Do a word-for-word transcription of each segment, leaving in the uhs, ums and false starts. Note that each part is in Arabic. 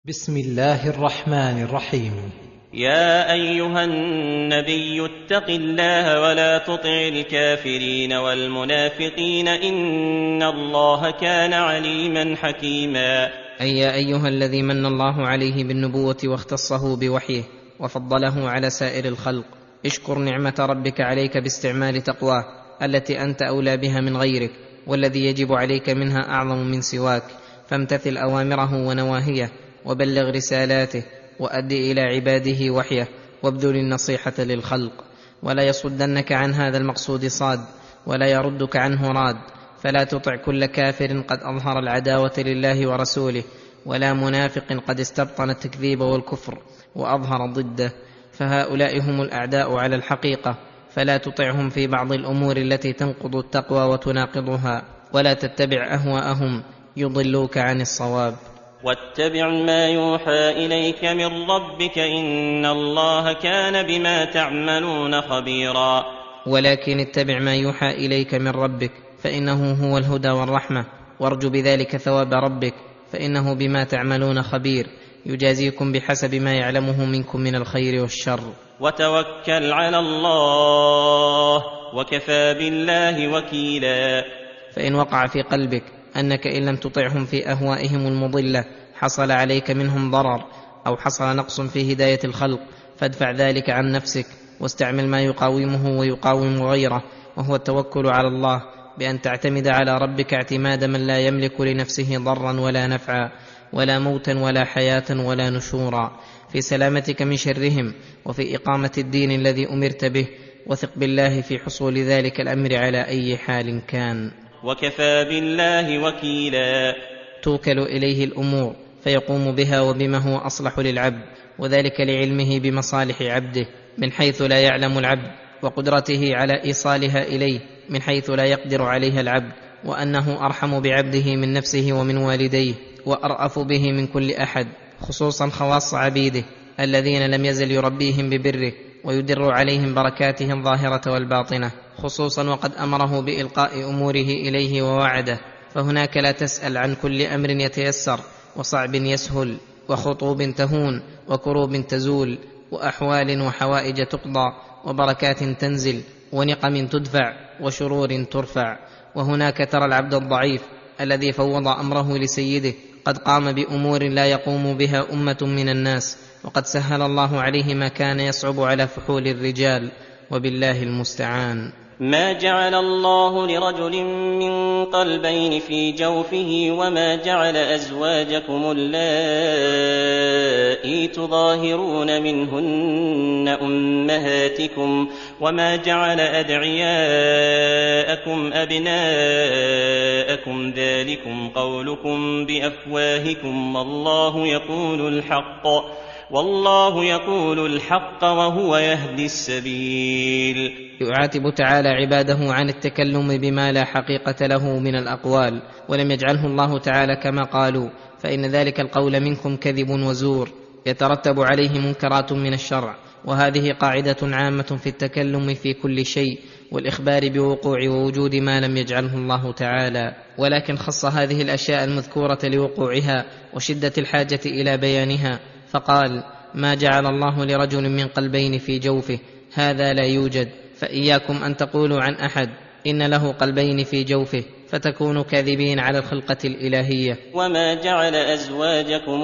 بسم الله الرحمن الرحيم. يا أيها النبي اتق الله ولا تطع الكافرين والمنافقين إن الله كان عليما حكيما. أي يا أيها الذي من الله عليه بالنبوة واختصه بوحيه وفضله على سائر الخلق، اشكر نعمة ربك عليك باستعمال تقواه التي أنت أولى بها من غيرك، والذي يجب عليك منها أعظم من سواك، فامتثل أوامره ونواهيه وبلغ رسالاته وأد إلى عباده وحيه وابذل النصيحة للخلق. ولا يصدنك عن هذا المقصود صاد، ولا يردك عنه راد، فلا تطع كل كافر قد أظهر العداوة لله ورسوله، ولا منافق قد استبطن التكذيب والكفر وأظهر ضده، فهؤلاء هم الأعداء على الحقيقة، فلا تطعهم في بعض الأمور التي تنقض التقوى وتناقضها، ولا تتبع أهواءهم يضلوك عن الصواب. واتبع ما يوحى إليك من ربك إن الله كان بما تعملون خبيرا. ولكن اتبع ما يوحى إليك من ربك فإنه هو الهدى والرحمة، وارجو بذلك ثواب ربك فإنه بما تعملون خبير، يجازيكم بحسب ما يعلمه منكم من الخير والشر. وتوكل على الله وكفى بالله وكيلا. فإن وقع في قلبك أنك إن لم تطعهم في أهوائهم المضلة حصل عليك منهم ضرر، أو حصل نقص في هداية الخلق، فادفع ذلك عن نفسك واستعمل ما يقاومه ويقاوم غيره، وهو التوكل على الله، بأن تعتمد على ربك اعتماد من لا يملك لنفسه ضرا ولا نفعا، ولا موتا ولا حياة ولا نشورا، في سلامتك من شرهم وفي إقامة الدين الذي أمرت به، وثق بالله في حصول ذلك الأمر على أي حال كان. وكفى بالله وكيلا. توكل إليه الأمور فيقوم بها وبما هو أصلح للعبد، وذلك لعلمه بمصالح عبده من حيث لا يعلم العبد، وقدرته على إيصالها إليه من حيث لا يقدر عليها العبد، وأنه أرحم بعبده من نفسه ومن والديه، وأرأف به من كل أحد، خصوصا خواص عبيده الذين لم يزل يربيهم ببره ويدر عليهم بركاته الظاهرة والباطنة، خصوصا وقد أمره بإلقاء أموره إليه ووعده، فهناك لا تسأل عن كل أمر يتيسر وصعب يسهل، وخطوب تهون وكروب تزول، وأحوال وحوائج تقضى، وبركات تنزل، ونقم تدفع، وشرور ترفع. وهناك ترى العبد الضعيف الذي فوض أمره لسيده قد قام بأمور لا يقوم بها أمة من الناس، وقد سهل الله عليه ما كان يصعب على فحول الرجال، وبالله المستعان. ما جعل الله لرجل من قلبين في جوفه وما جعل أزواجكم اللائي تظاهرون منهن أمهاتكم وما جعل أدعياءكم أبناءكم ذلكم قولكم بأفواهكم والله يقول الحق والله يقول الحق وهو يهدي السبيل. يعاتب تعالى عباده عن التكلم بما لا حقيقة له من الأقوال، ولم يجعله الله تعالى كما قالوا، فإن ذلك القول منكم كذب وزور يترتب عليه منكرات من الشرع، وهذه قاعدة عامة في التكلم في كل شيء والإخبار بوقوع ووجود ما لم يجعله الله تعالى، ولكن خص هذه الأشياء المذكورة لوقوعها وشدة الحاجة إلى بيانها، فقال: ما جعل الله لرجل من قلبين في جوفه، هذا لا يوجد، فإياكم أن تقولوا عن أحد إن له قلبين في جوفه فتكونوا كاذبين على الخلقة الإلهية. وما جعل أزواجكم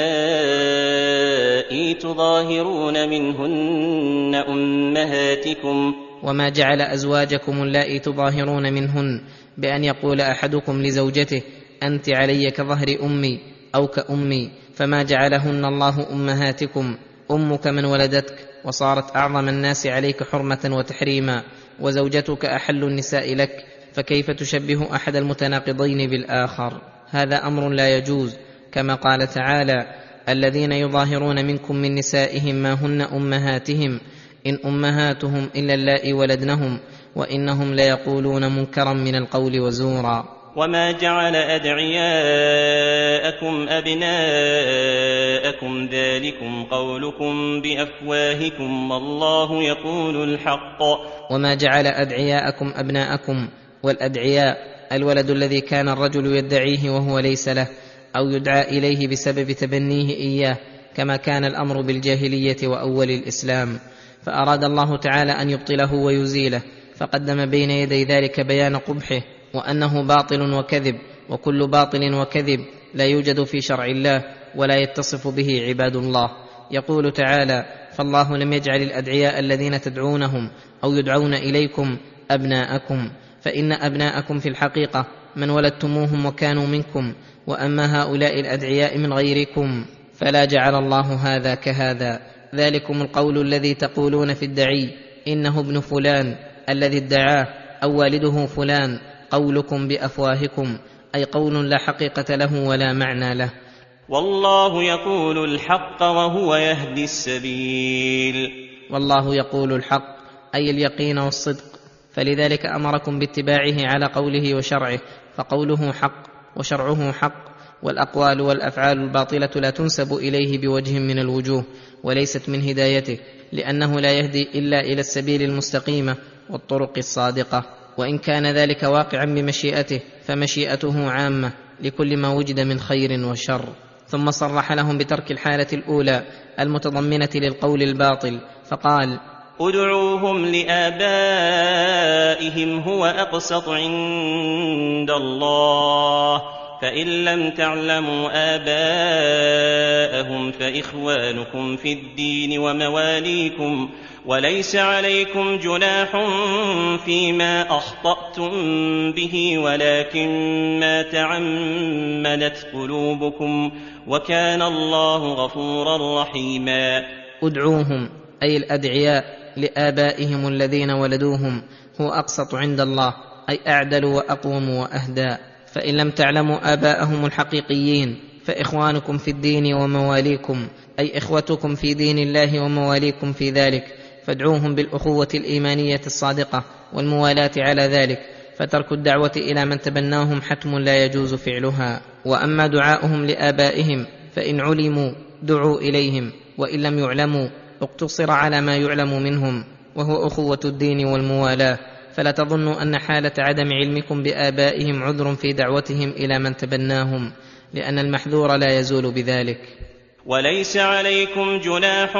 اللائي تظاهرون منهن أمهاتكم وما جعل أزواجكم اللائي تظاهرون منهن، بأن يقول أحدكم لزوجته: أنت علي كظهر أمي أو كأمي، فما جعلهن الله أمهاتكم، أمك من ولدتك وصارت أعظم الناس عليك حرمة وتحريما، وزوجتك أحل النساء لك، فكيف تشبه أحد المتناقضين بالآخر؟ هذا أمر لا يجوز، كما قال تعالى: الذين يظاهرون منكم من نسائهم ما هن أمهاتهم إن أمهاتهم إلا اللائي ولدنهم وإنهم ليقولون منكرا من القول وزورا. وما جعل أدعياءكم أبناءكم ذلكم قولكم بأفواهكم والله يقول الحق. وما جعل أدعياءكم أبناءكم، والأدعياء الولد الذي كان الرجل يدعيه وهو ليس له، أو يدعى إليه بسبب تبنيه إياه، كما كان الأمر بالجاهلية وأول الإسلام، فأراد الله تعالى أن يبطله ويزيله، فقدم بين يدي ذلك بيان قبحه وأنه باطل وكذب، وكل باطل وكذب لا يوجد في شرع الله ولا يتصف به عباد الله. يقول تعالى: فالله لم يجعل الأدعياء الذين تدعونهم أو يدعون إليكم أبناءكم، فإن أبناءكم في الحقيقة من ولدتموهم وكانوا منكم، وأما هؤلاء الأدعياء من غيركم فلا جعل الله هذا كهذا. ذلكم القول الذي تقولون في الدعي إنه ابن فلان الذي ادعاه أو والده فلان، قولكم بأفواهكم، أي قول لا حقيقة له ولا معنى له. والله يقول الحق وهو يهدي السبيل. والله يقول الحق أي اليقين والصدق، فلذلك أمركم باتباعه على قوله وشرعه، فقوله حق وشرعه حق، والأقوال والأفعال الباطلة لا تنسب إليه بوجه من الوجوه، وليست من هدايته، لأنه لا يهدي إلا إلى السبيل المستقيمة والطرق الصادقة، وإن كان ذلك واقعا بمشيئته فمشيئته عامة لكل ما وجد من خير وشر. ثم صرح لهم بترك الحالة الأولى المتضمنة للقول الباطل، فقال: ادعوهم لآبائهم هو أقسط عند الله، فإن لم تعلموا آباءهم فإخوانكم في الدين ومواليكم، وليس عليكم جناح فيما أخطأتم به ولكن ما تعمدت قلوبكم، وكان الله غفورا رحيما. ادعوهم أي الأدعياء لآبائهم الذين ولدوهم هو أقسط عند الله، أي أعدل وأقوم وأهدى. فإن لم تعلموا آباءهم الحقيقيين فإخوانكم في الدين ومواليكم، أي إخوتكم في دين الله ومواليكم في ذلك، فادعوهم بالأخوة الإيمانية الصادقة والموالاة على ذلك، فترك الدعوة إلى من تبناهم حتم لا يجوز فعلها. وأما دعاؤهم لآبائهم فإن علموا دعوا إليهم، وإن لم يعلموا اقتصر على ما يعلم منهم، وهو أخوة الدين والموالاة. فلا تظنوا أن حالة عدم علمكم بآبائهم عذر في دعوتهم إلى من تبناهم، لأن المحذور لا يزول بذلك. وليس عليكم جناح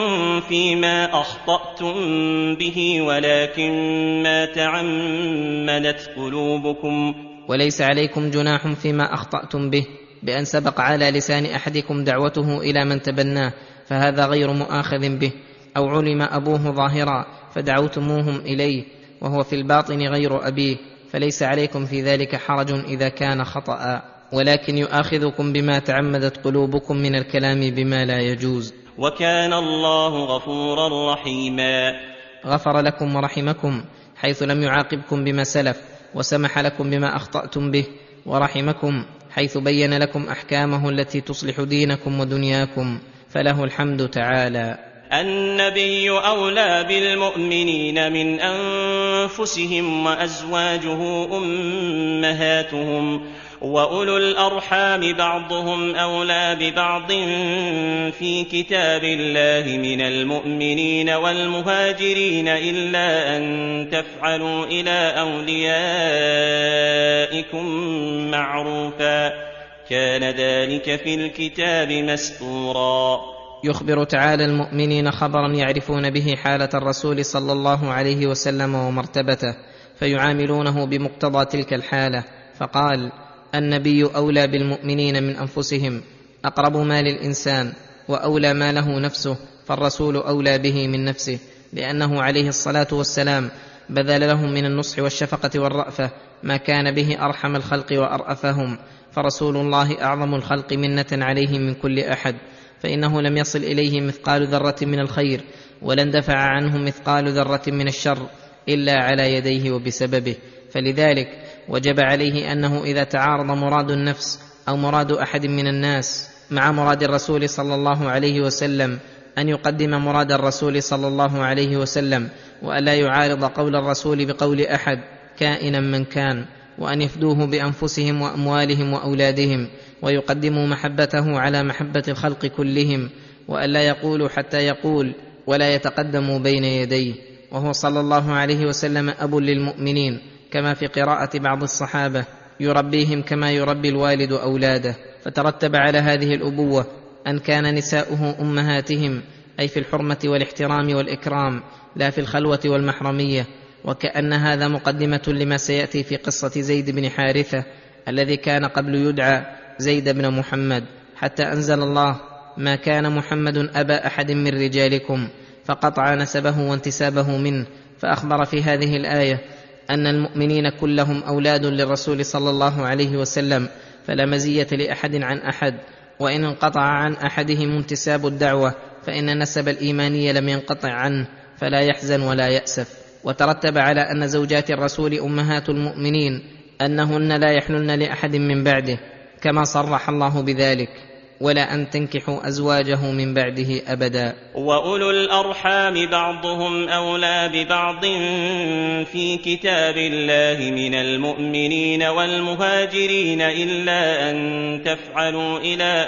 فيما أخطأتم به ولكن ما تعمدت قلوبكم. وليس عليكم جناح فيما أخطأتم به بأن سبق على لسان أحدكم دعوته إلى من تبناه، فهذا غير مؤاخذ به، أو علم أبوه ظاهرا فدعوتموهم إليه وهو في الباطن غير أبيه، فليس عليكم في ذلك حرج إذا كان خطأ، ولكن يؤاخذكم بما تعمدت قلوبكم من الكلام بما لا يجوز. وكان الله غفورا رحيما. غفر لكم ورحمكم حيث لم يعاقبكم بما سلف، وسمح لكم بما أخطأتم به، ورحمكم حيث بين لكم أحكامه التي تصلح دينكم ودنياكم، فله الحمد تعالى. النبي أولى بالمؤمنين من أنفسهم وأزواجه أمهاتهم، وأولو الأرحام بعضهم أولى ببعض في كتاب الله من المؤمنين والمهاجرين إلا أن تفعلوا إلى أوليائكم معروفا، كان ذلك في الكتاب مسطورا. يخبر تعالى المؤمنين خبرا يعرفون به حالة الرسول صلى الله عليه وسلم ومرتبته، فيعاملونه بمقتضى تلك الحالة، فقال: النبي أولى بالمؤمنين من أنفسهم، أقرب ما للإنسان وأولى ما له نفسه، فالرسول أولى به من نفسه، لأنه عليه الصلاة والسلام بذل لهم من النصح والشفقة والرأفة ما كان به أرحم الخلق وأرأفهم، فرسول الله أعظم الخلق منة عليه من كل أحد، فإنه لم يصل إليه مثقال ذرة من الخير، ولا اندفع عنه مثقال ذرة من الشر إلا على يديه وبسببه، فلذلك وجب عليه أنه إذا تعارض مراد النفس أو مراد أحد من الناس مع مراد الرسول صلى الله عليه وسلم أن يقدم مراد الرسول صلى الله عليه وسلم، وألا يعارض قول الرسول بقول أحد كائنا من كان، وأن يفدوه بأنفسهم وأموالهم وأولادهم، ويقدموا محبته على محبة الخلق كلهم، وألا يقولوا حتى يقول ولا يتقدموا بين يديه، وهو صلى الله عليه وسلم أب للمؤمنين، كما في قراءة بعض الصحابة: يربيهم كما يربي الوالد أولاده. فترتب على هذه الأبوة أن كان نساؤه أمهاتهم، أي في الحرمة والاحترام والإكرام، لا في الخلوة والمحرمية. وكأن هذا مقدمة لما سيأتي في قصة زيد بن حارثة الذي كان قبل يدعى زيد بن محمد، حتى أنزل الله: ما كان محمد أبا أحد من رجالكم، فقطع نسبه وانتسابه منه. فأخبر في هذه الآية أن المؤمنين كلهم أولاد للرسول صلى الله عليه وسلم، فلا مزية لأحد عن أحد، وإن انقطع عن أحدهم انتساب الدعوة فإن النسب الإيماني لم ينقطع عنه، فلا يحزن ولا يأسف. وترتب على أن زوجات الرسول أمهات المؤمنين أنهن لا يحللن لأحد من بعده، كما صرح الله بذلك: ولا أن تنكحوا أزواجه من بعده أبدا. وأولو الأرحام بعضهم أولى ببعض في كتاب الله من المؤمنين والمهاجرين إلا أن تفعلوا إلى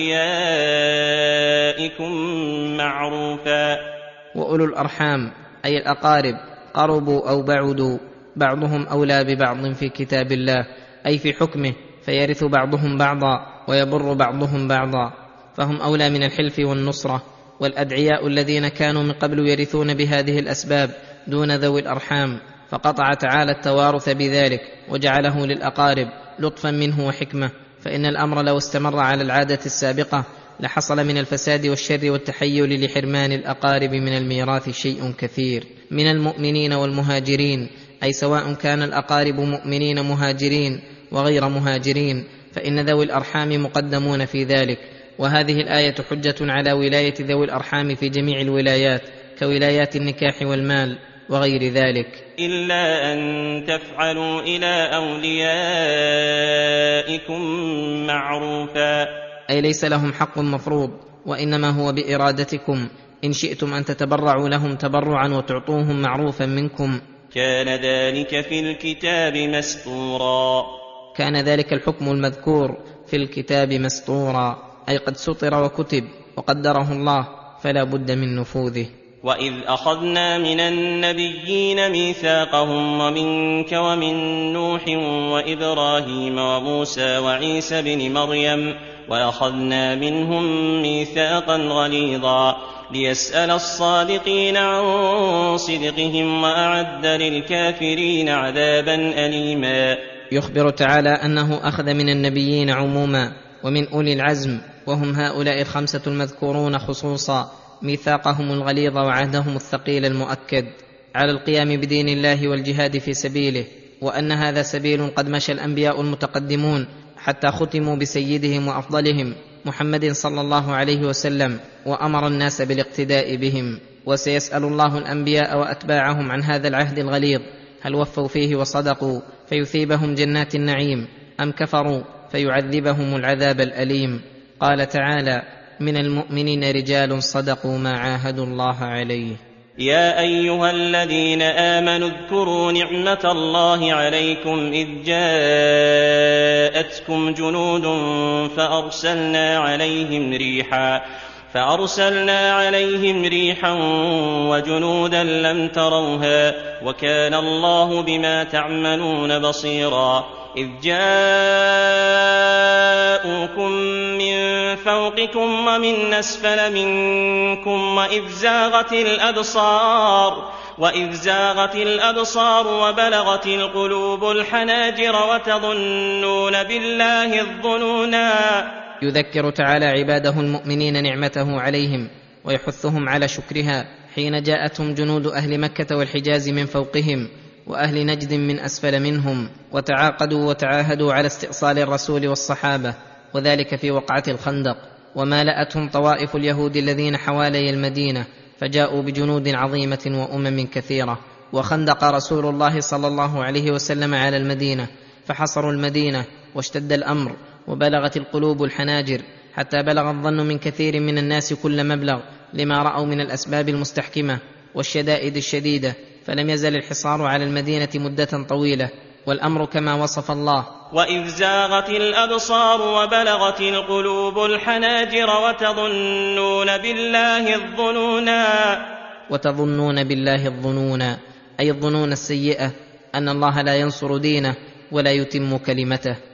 أوليائكم معروفا. وأولو الأرحام أي الأقارب، قربوا أو بعدوا، بعضهم أولى ببعض في كتاب الله، أي في حكمه، فيرث بعضهم بعضا ويبر بعضهم بعضا، فهم أولى من الحلف والنصرة. والأدعياء الذين كانوا من قبل يرثون بهذه الأسباب دون ذوي الأرحام، فقطع تعالى التوارث بذلك وجعله للأقارب لطفا منه وحكمة. فإن الأمر لو استمر على العادة السابقة لحصل من الفساد والشر والتحيل لحرمان الأقارب من الميراث شيء كثير. من المؤمنين والمهاجرين، أي سواء كان الأقارب مؤمنين مهاجرين وغير مهاجرين، فإن ذوي الأرحام مقدمون في ذلك. وهذه الآية حجة على ولاية ذوي الأرحام في جميع الولايات، كولايات النكاح والمال وغير ذلك، إلا أن تفعلوا إلى أوليائكم معروفا، أي ليس لهم حق مفروض، وإنما هو بإرادتكم، إن شئتم أن تتبرعوا لهم تبرعا وتعطوهم معروفا منكم. كان ذلك في الكتاب مسطورا. كان ذلك الحكم المذكور في الكتاب مسطورا، أي قد سطر وكتب وقدره الله، فلا بد من نفوذه. وإذ أخذنا من النبيين ميثاقهم ومنك ومن نوح وإبراهيم وموسى وعيسى بن مريم وأخذنا منهم ميثاقا غليظا ليسأل الصادقين عن صدقهم وأعد للكافرين عذابا أليما. يخبر تعالى أنه أخذ من النبيين عموما ومن أولي العزم، وهم هؤلاء الخمسة المذكورون خصوصا، ميثاقهم الغليظ وعهدهم الثقيل المؤكد على القيام بدين الله والجهاد في سبيله، وأن هذا سبيل قد مشى الأنبياء المتقدمون حتى ختموا بسيدهم وأفضلهم محمد صلى الله عليه وسلم، وأمر الناس بالاقتداء بهم. وسيسأل الله الأنبياء وأتباعهم عن هذا العهد الغليظ، هل وفوا فيه وصدقوا فيثيبهم جنات النعيم، أم كفروا فيعذبهم العذاب الأليم. قال تعالى: من المؤمنين رجال صدقوا ما عاهدوا الله عليه. يا أيها الذين آمنوا اذكروا نعمة الله عليكم إذ جاءتكم جنود فأرسلنا عليهم ريحا فأرسلنا عليهم ريحا وجنودا لم تروها وكان الله بما تعملون بصيرا. إذ جاءوكم من فوقكم ومن أسفل منكم وإذ زاغت الأبصار وإذ زاغت الأبصار وبلغت القلوب الحناجر وتظنون بالله الظنونا. يذكر تعالى عباده المؤمنين نعمته عليهم ويحثهم على شكرها حين جاءتهم جنود أهل مكة والحجاز من فوقهم وأهل نجد من أسفل منهم، وتعاقدوا وتعاهدوا على استئصال الرسول والصحابة، وذلك في وقعة الخندق. ومالأتهم طوائف اليهود الذين حوالي المدينة، فجاءوا بجنود عظيمة وأمم كثيرة. وخندق رسول الله صلى الله عليه وسلم على المدينة، فحصروا المدينة واشتد الأمر وبلغت القلوب الحناجر، حتى بلغ الظن من كثير من الناس كل مبلغ لما رأوا من الأسباب المستحكمة والشدائد الشديدة، فلم يزل الحصار على المدينة مدة طويلة، والأمر كما وصف الله: وإذ زاغت الأبصار وبلغت القلوب الحناجر وتظنون بالله الظنونا. وتظنون بالله الظنونا أي الظنون السيئة، أن الله لا ينصر دينه ولا يتم كلمته.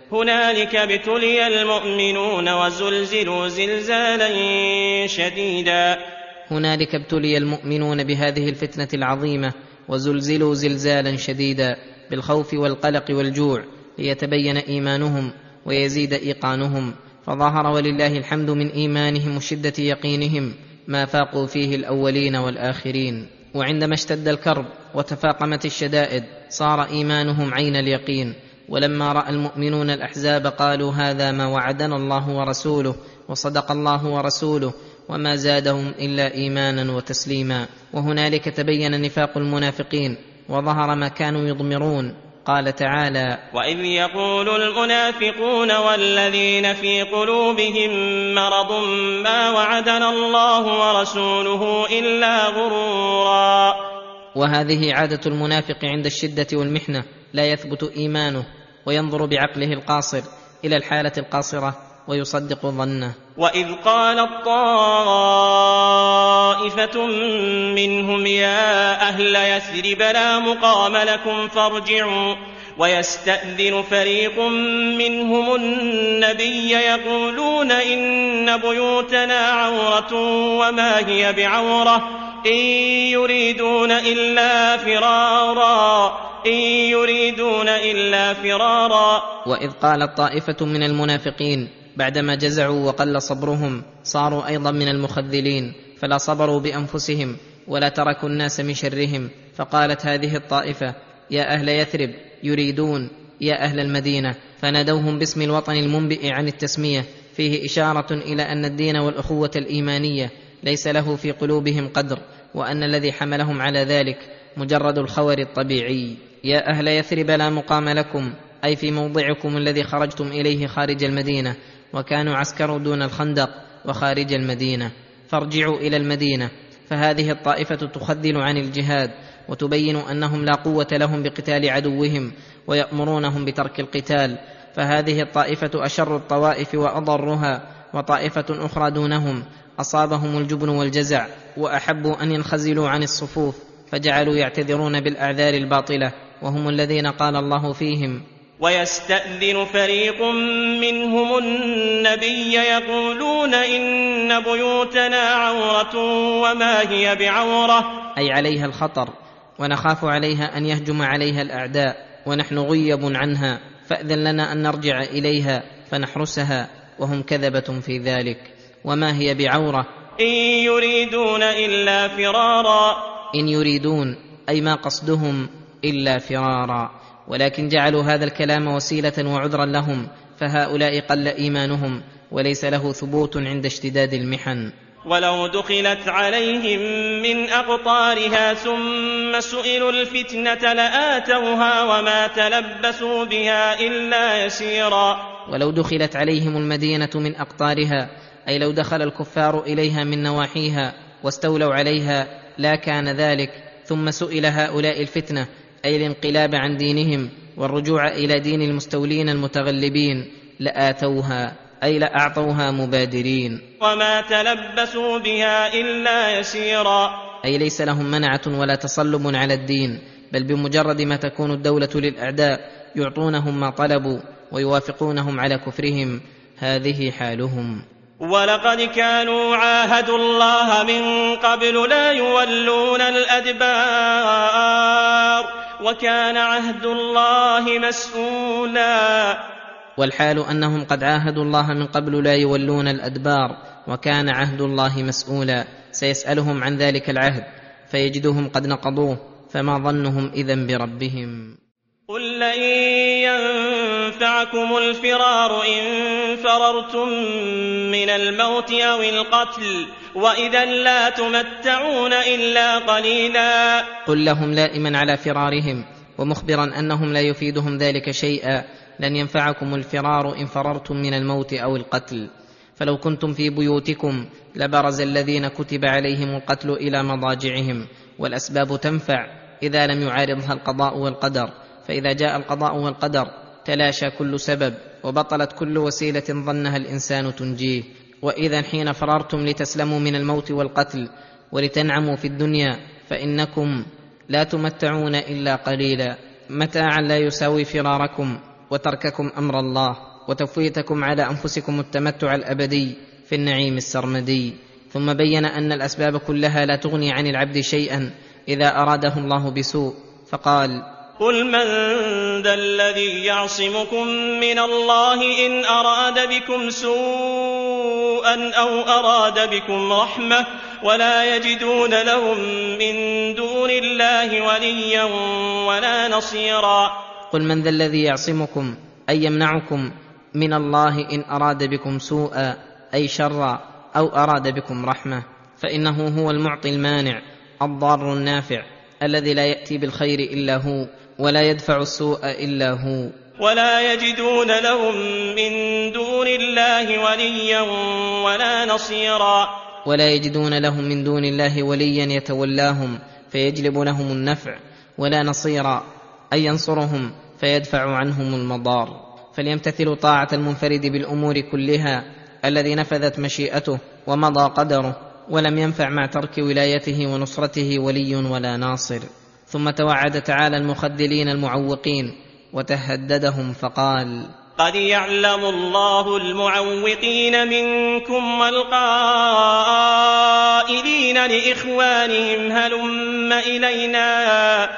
هنالك ابتلي المؤمنون وزلزلوا زلزالا شديدا. هنالك ابتلي المؤمنون بهذه الفتنة العظيمة وزلزلوا زلزالا شديدا بالخوف والقلق والجوع ليتبين إيمانهم ويزيد إيقانهم، فظهر ولله الحمد من إيمانهم وشدة يقينهم ما فاقوا فيه الأولين والآخرين. وعندما اشتد الكرب وتفاقمت الشدائد صار إيمانهم عين اليقين، ولما رأى المؤمنون الأحزاب قالوا هذا ما وعدنا الله ورسوله وصدق الله ورسوله، وما زادهم إلا إيمانا وتسليما. وهنالك تبين نفاق المنافقين وظهر ما كانوا يضمرون. قال تعالى: وإذ يقول المنافقون والذين في قلوبهم مرض ما وعدنا الله ورسوله إلا غرورا. وهذه عادة المنافق عند الشدة والمحنة، لا يثبت إيمانه وينظر بعقله القاصر إلى الحالة القاصرة ويصدق ظنه. وإذ قالت طائفة منهم يا أهل يثرب لا مقام لكم فارجعوا، ويستأذن فريق منهم النبي يقولون إن بيوتنا عورة وما هي بعورة إن يريدون إلا فرارا إن يريدون إلا فرارا. وإذ قالت طائفة من المنافقين بعدما جزعوا وقل صبرهم صاروا أيضا من المخذلين، فلا صبروا بأنفسهم ولا تركوا الناس من شرهم، فقالت هذه الطائفة يا أهل يثرب يريدون يا أهل المدينة، فنادوهم باسم الوطن المنبئ عن التسمية، فيه إشارة إلى أن الدين والأخوة الإيمانية ليس له في قلوبهم قدر، وأن الذي حملهم على ذلك مجرد الخور الطبيعي. يا أهل يثرب لا مقام لكم، أي في موضعكم الذي خرجتم إليه خارج المدينة، وكانوا عسكروا دون الخندق وخارج المدينة، فارجعوا إلى المدينة. فهذه الطائفة تخذل عن الجهاد وتبين أنهم لا قوة لهم بقتال عدوهم ويأمرونهم بترك القتال، فهذه الطائفة أشر الطوائف وأضرها. وطائفة أخرى دونهم أصابهم الجبن والجزع وأحبوا أن ينخزلوا عن الصفوف، فجعلوا يعتذرون بالأعذار الباطلة، وهم الذين قال الله فيهم: ويستأذن فريق منهم النبي يقولون إن بيوتنا عورة وما هي بعورة، أي عليها الخطر ونخاف عليها أن يهجم عليها الأعداء، ونحن غيب عنها، فأذن لنا أن نرجع إليها فنحرسها، وهم كذبة في ذلك. وما هي بعورة إن يريدون إلا فرارا، إن يريدون أي ما قصدهم إلا فرارا، ولكن جعلوا هذا الكلام وسيلة وعذرا لهم، فهؤلاء قل إيمانهم وليس له ثبوت عند اشتداد المحن. ولو دخلت عليهم من أقطارها ثم سئلوا الفتنة لآتوها وما تلبسوا بها إلا يسيرا. ولو دخلت عليهم المدينة من أقطارها، أي لو دخل الكفار إليها من نواحيها واستولوا عليها لا كان ذلك، ثم سئل هؤلاء الفتنة أي الانقلاب عن دينهم والرجوع إلى دين المستولين المتغلبين، لآتوها أي لأعطوها مبادرين، وما تلبسوا بها إلا يسيرا، أي ليس لهم منعة ولا تصلب على الدين، بل بمجرد ما تكون الدولة للأعداء يعطونهم ما طلبوا ويوافقونهم على كفرهم. هذه حالهم. ولقد كانوا عاهدوا الله من قبل لا يولون الأدبار وكان عهد الله مسؤولا. والحال أنهم قد عاهدوا الله من قبل لا يولون الأدبار وكان عهد الله مسؤولا، سيسألهم عن ذلك العهد فيجدهم قد نقضوه، فما ظنهم إذن بربهم؟ قل لن ينفعكم الفرار إن فررتم من الموت أو القتل وإذا لا تمتعون إلا قليلا. قل لهم لائما على فرارهم ومخبرا أنهم لا يفيدهم ذلك شيئا: لن ينفعكم الفرار إن فررتم من الموت أو القتل، فلو كنتم في بيوتكم لبرز الذين كتب عليهم القتل إلى مضاجعهم، والأسباب تنفع إذا لم يعارضها القضاء والقدر، فإذا جاء القضاء والقدر تلاشى كل سبب وبطلت كل وسيلة ظنها الإنسان تنجيه. وإذا حين فررتم لتسلموا من الموت والقتل ولتنعموا في الدنيا فإنكم لا تمتعون إلا قليلا، متاعا لا يساوي فراركم وترككم أمر الله وتفويتكم على أنفسكم التمتع الأبدي في النعيم السرمدي. ثم بين أن الأسباب كلها لا تغني عن العبد شيئا إذا أراده الله بسوء، فقال: قل من ذا الذي يعصمكم من الله إن أراد بكم سوءا أو أراد بكم رحمة ولا يجدون لهم من دون الله وليا ولا نصيرا. قل من ذا الذي يعصمكم أي يمنعكم من الله إن أراد بكم سوءا أي شرا أو أراد بكم رحمة، فإنه هو المعطي المانع الضار النافع الذي لا يأتي بالخير إلا هو ولا يدفع السوء إلا هو. ولا يجدون لهم من دون الله وليا ولا نصيرا. ولا يجدون لهم من دون الله وليا يتولاهم فيجلب لهم النفع، ولا نصيرا أي ينصرهم فيدفع عنهم المضار. فليمتثلوا طاعة المنفرد بالأمور كلها الذي نفذت مشيئته ومضى قدره، ولم ينفع مع ترك ولايته ونصرته ولي ولا ناصر. ثم توعد تعالى المخذلين المعوقين وتهددهم فقال: قد يعلم الله المعوقين منكم والقائلين لإخوانهم هلم إلينا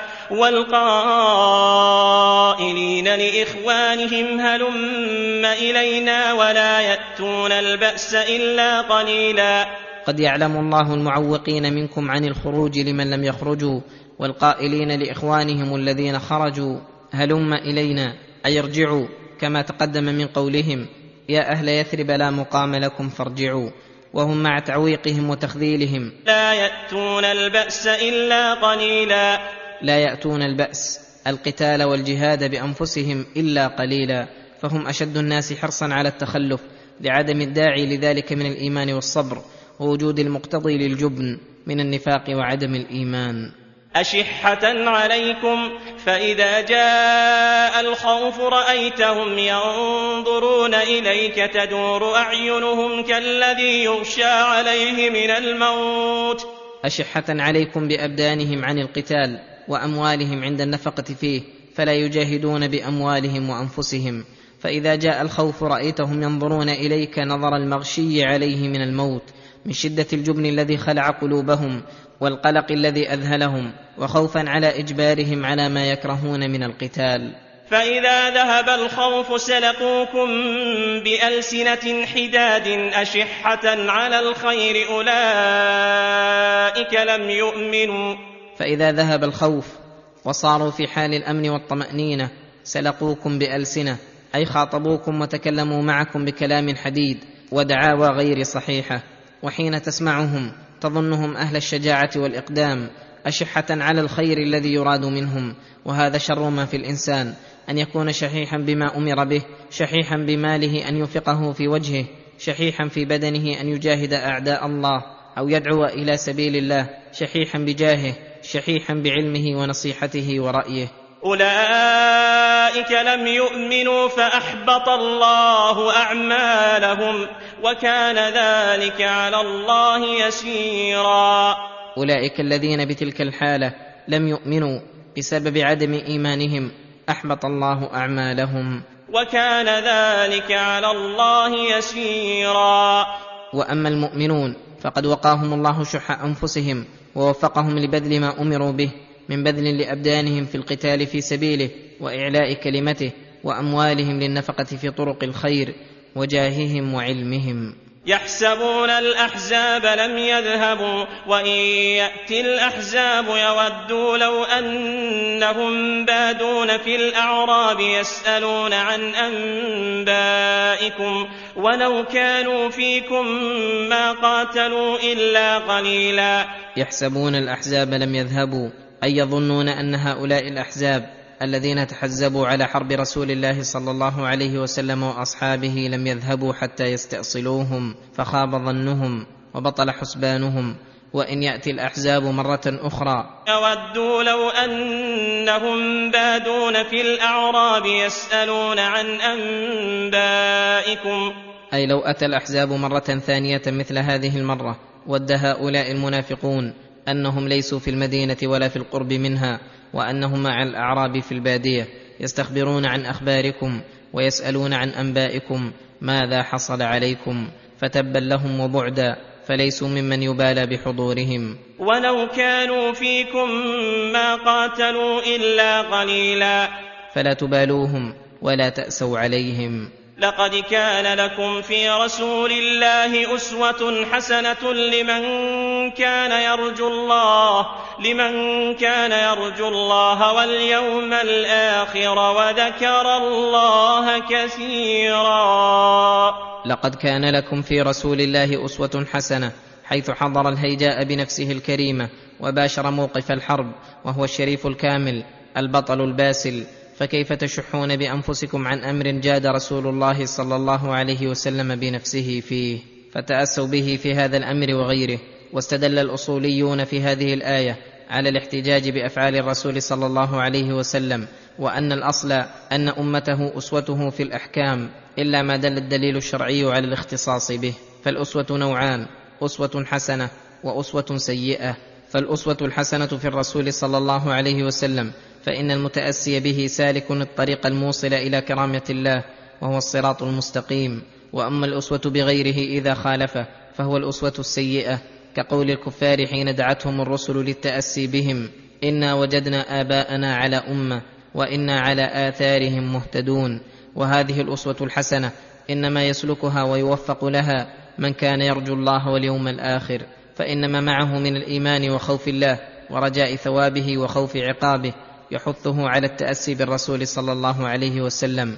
والقائلين لإخوانهم هلم إلينا ولا يأتون البأس إلا قليلا. قد يعلم الله المعوقين منكم عن الخروج لمن لم يخرجوا، والقائلين لإخوانهم الذين خرجوا هلم إلينا أي ارجعوا، كما تقدم من قولهم: يا أهل يثرب لا مقام لكم فارجعوا، وهم مع تعويقهم وتخذيلهم لا يأتون البأس إلا قليلا. لا يأتون البأس القتال والجهاد بأنفسهم إلا قليلا، فهم أشد الناس حرصا على التخلف لعدم الداعي لذلك من الإيمان والصبر، ووجود المقتضي للجبن من النفاق وعدم الإيمان. أشحة عليكم فإذا جاء الخوف رأيتهم ينظرون إليك تدور أعينهم كالذي يغشى عليه من الموت. أشحة عليكم بأبدانهم عن القتال وأموالهم عند النفقة فيه، فلا يجاهدون بأموالهم وأنفسهم. فإذا جاء الخوف رأيتهم ينظرون إليك نظر المغشي عليه من الموت، من شدة الجبن الذي خلع قلوبهم والقلق الذي أذهلهم، وخوفا على إجبارهم على ما يكرهون من القتال. فإذا ذهب الخوف سلقوكم بألسنة حداد أشحة على الخير أولئك لم يؤمنوا. فإذا ذهب الخوف وصاروا في حال الأمن والطمأنينة سلقوكم بألسنة أي خاطبوكم وتكلموا معكم بكلام حديد ودعاوى غير صحيحة، وحين تسمعهم تظنهم أهل الشجاعة والإقدام أشحة على الخير الذي يراد منهم. وهذا شر ما في الإنسان، أن يكون شحيحا بما أمر به، شحيحا بماله أن ينفقه في وجهه، شحيحا في بدنه أن يجاهد أعداء الله أو يدعو إلى سبيل الله، شحيحا بجاهه، شحيحا بعلمه ونصيحته ورأيه. أولئك لم يؤمنوا فأحبط الله أعمالهم وكان ذلك على الله يسيرا. أولئك الذين بتلك الحالة لم يؤمنوا بسبب عدم إيمانهم أحبط الله أعمالهم وكان ذلك على الله يسيرا. وأما المؤمنون فقد وقاهم الله شح أنفسهم ووفقهم لبذل ما أمروا به من بذل لأبدانهم في القتال في سبيله وإعلاء كلمته، وأموالهم للنفقة في طرق الخير، وجاههم وعلمهم. يحسبون الأحزاب لم يذهبوا وإن يأتي الأحزاب يودوا لو أنهم بادون في الأعراب يسألون عن أنبائكم ولو كانوا فيكم ما قاتلوا إلا قليلا. يحسبون الأحزاب لم يذهبوا أي يظنون أن هؤلاء الأحزاب الذين تحزبوا على حرب رسول الله صلى الله عليه وسلم وأصحابه لم يذهبوا حتى يستأصلوهم، فخاب ظنهم وبطل حسبانهم. وإن يأتي الأحزاب مرة أخرى يودوا لو أنهم بادون في الأعراب يسألون عن أنبائكم، أي لو أتى الأحزاب مرة ثانية مثل هذه المرة ود هؤلاء المنافقون أنهم ليسوا في المدينة ولا في القرب منها، وأنهم مع الأعراب في البادية يستخبرون عن أخباركم ويسألون عن أنبائكم ماذا حصل عليكم، فتبا لهم وبعدا، فليسوا ممن يبالى بحضورهم. ولو كانوا فيكم ما قاتلوا إلا قليلا، فلا تبالوهم ولا تأسوا عليهم. لقد كان لكم في رسول الله أسوة حسنة لمن كان يرجو الله لمن كان يرجو الله واليوم الآخر وذكر الله كثيرا. لقد كان لكم في رسول الله أسوة حسنة حيث حضر الهيجاء بنفسه الكريمة وباشر موقف الحرب، وهو الشريف الكامل البطل الباسل، فكيف تشحون بأنفسكم عن أمر جاد رسول الله صلى الله عليه وسلم بنفسه فيه؟ فتأسوا به في هذا الأمر وغيره. واستدل الأصوليون في هذه الآية على الاحتجاج بأفعال الرسول صلى الله عليه وسلم، وأن الأصل أن أمته أسوته في الأحكام، إلا ما دل الدليل الشرعي على الاختصاص به. فالأسوة نوعان: أسوة حسنة وأسوة سيئة. فالأسوة الحسنة في الرسول صلى الله عليه وسلم فإن المتأسي به سالك الطريق الموصل إلى كرامة الله، وهو الصراط المستقيم. وأما الأسوة بغيره إذا خالفه فهو الأسوة السيئة، كقول الكفار حين دعتهم الرسل للتأسي بهم: إنا وجدنا آباءنا على أمة وإنا على آثارهم مهتدون. وهذه الأسوة الحسنة إنما يسلكها ويوفق لها من كان يرجو الله واليوم الآخر، فإنما معه من الإيمان وخوف الله ورجاء ثوابه وخوف عقابه يحثه على التأسي بالرسول صلى الله عليه وسلم.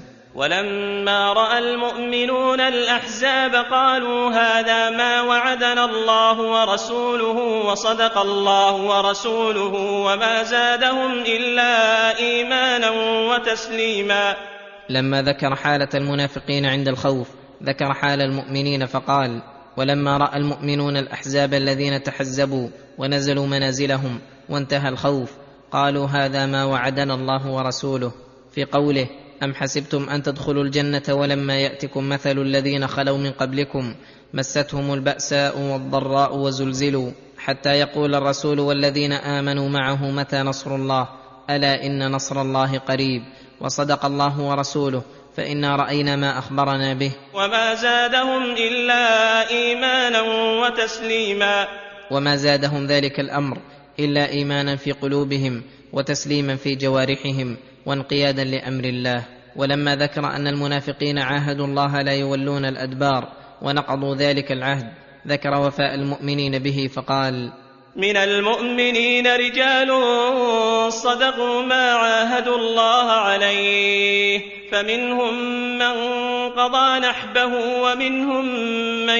ولما رأى المؤمنون الأحزاب قالوا هذا ما وعدنا الله ورسوله وصدق الله ورسوله وما زادهم إلا إيمانا وتسليما. لما ذكر حالة المنافقين عند الخوف ذكر حال المؤمنين فقال: ولما رأى المؤمنون الأحزاب الذين تحزبوا ونزلوا منازلهم وانتهى الخوف قالوا هذا ما وعدنا الله ورسوله، في قوله: أم حسبتم أن تدخلوا الجنة ولما يأتكم مثل الذين خلوا من قبلكم مستهم البأساء والضراء وزلزلوا حتى يقول الرسول والذين آمنوا معه متى نصر الله، ألا إن نصر الله قريب. وصدق الله ورسوله فإنا رأينا ما أخبرنا به. وما زادهم إلا إيمانا وتسليما. وما زادهم ذلك الأمر إلا إيمانا في قلوبهم وتسليما في جوارحهم وانقيادا لأمر الله. ولما ذكر أن المنافقين عاهدوا الله لا يولون الأدبار ونقضوا ذلك العهد ذكر وفاء المؤمنين به فقال: من المؤمنين رجال صدقوا ما عاهدوا الله عليه فمنهم من قضى نحبه ومنهم من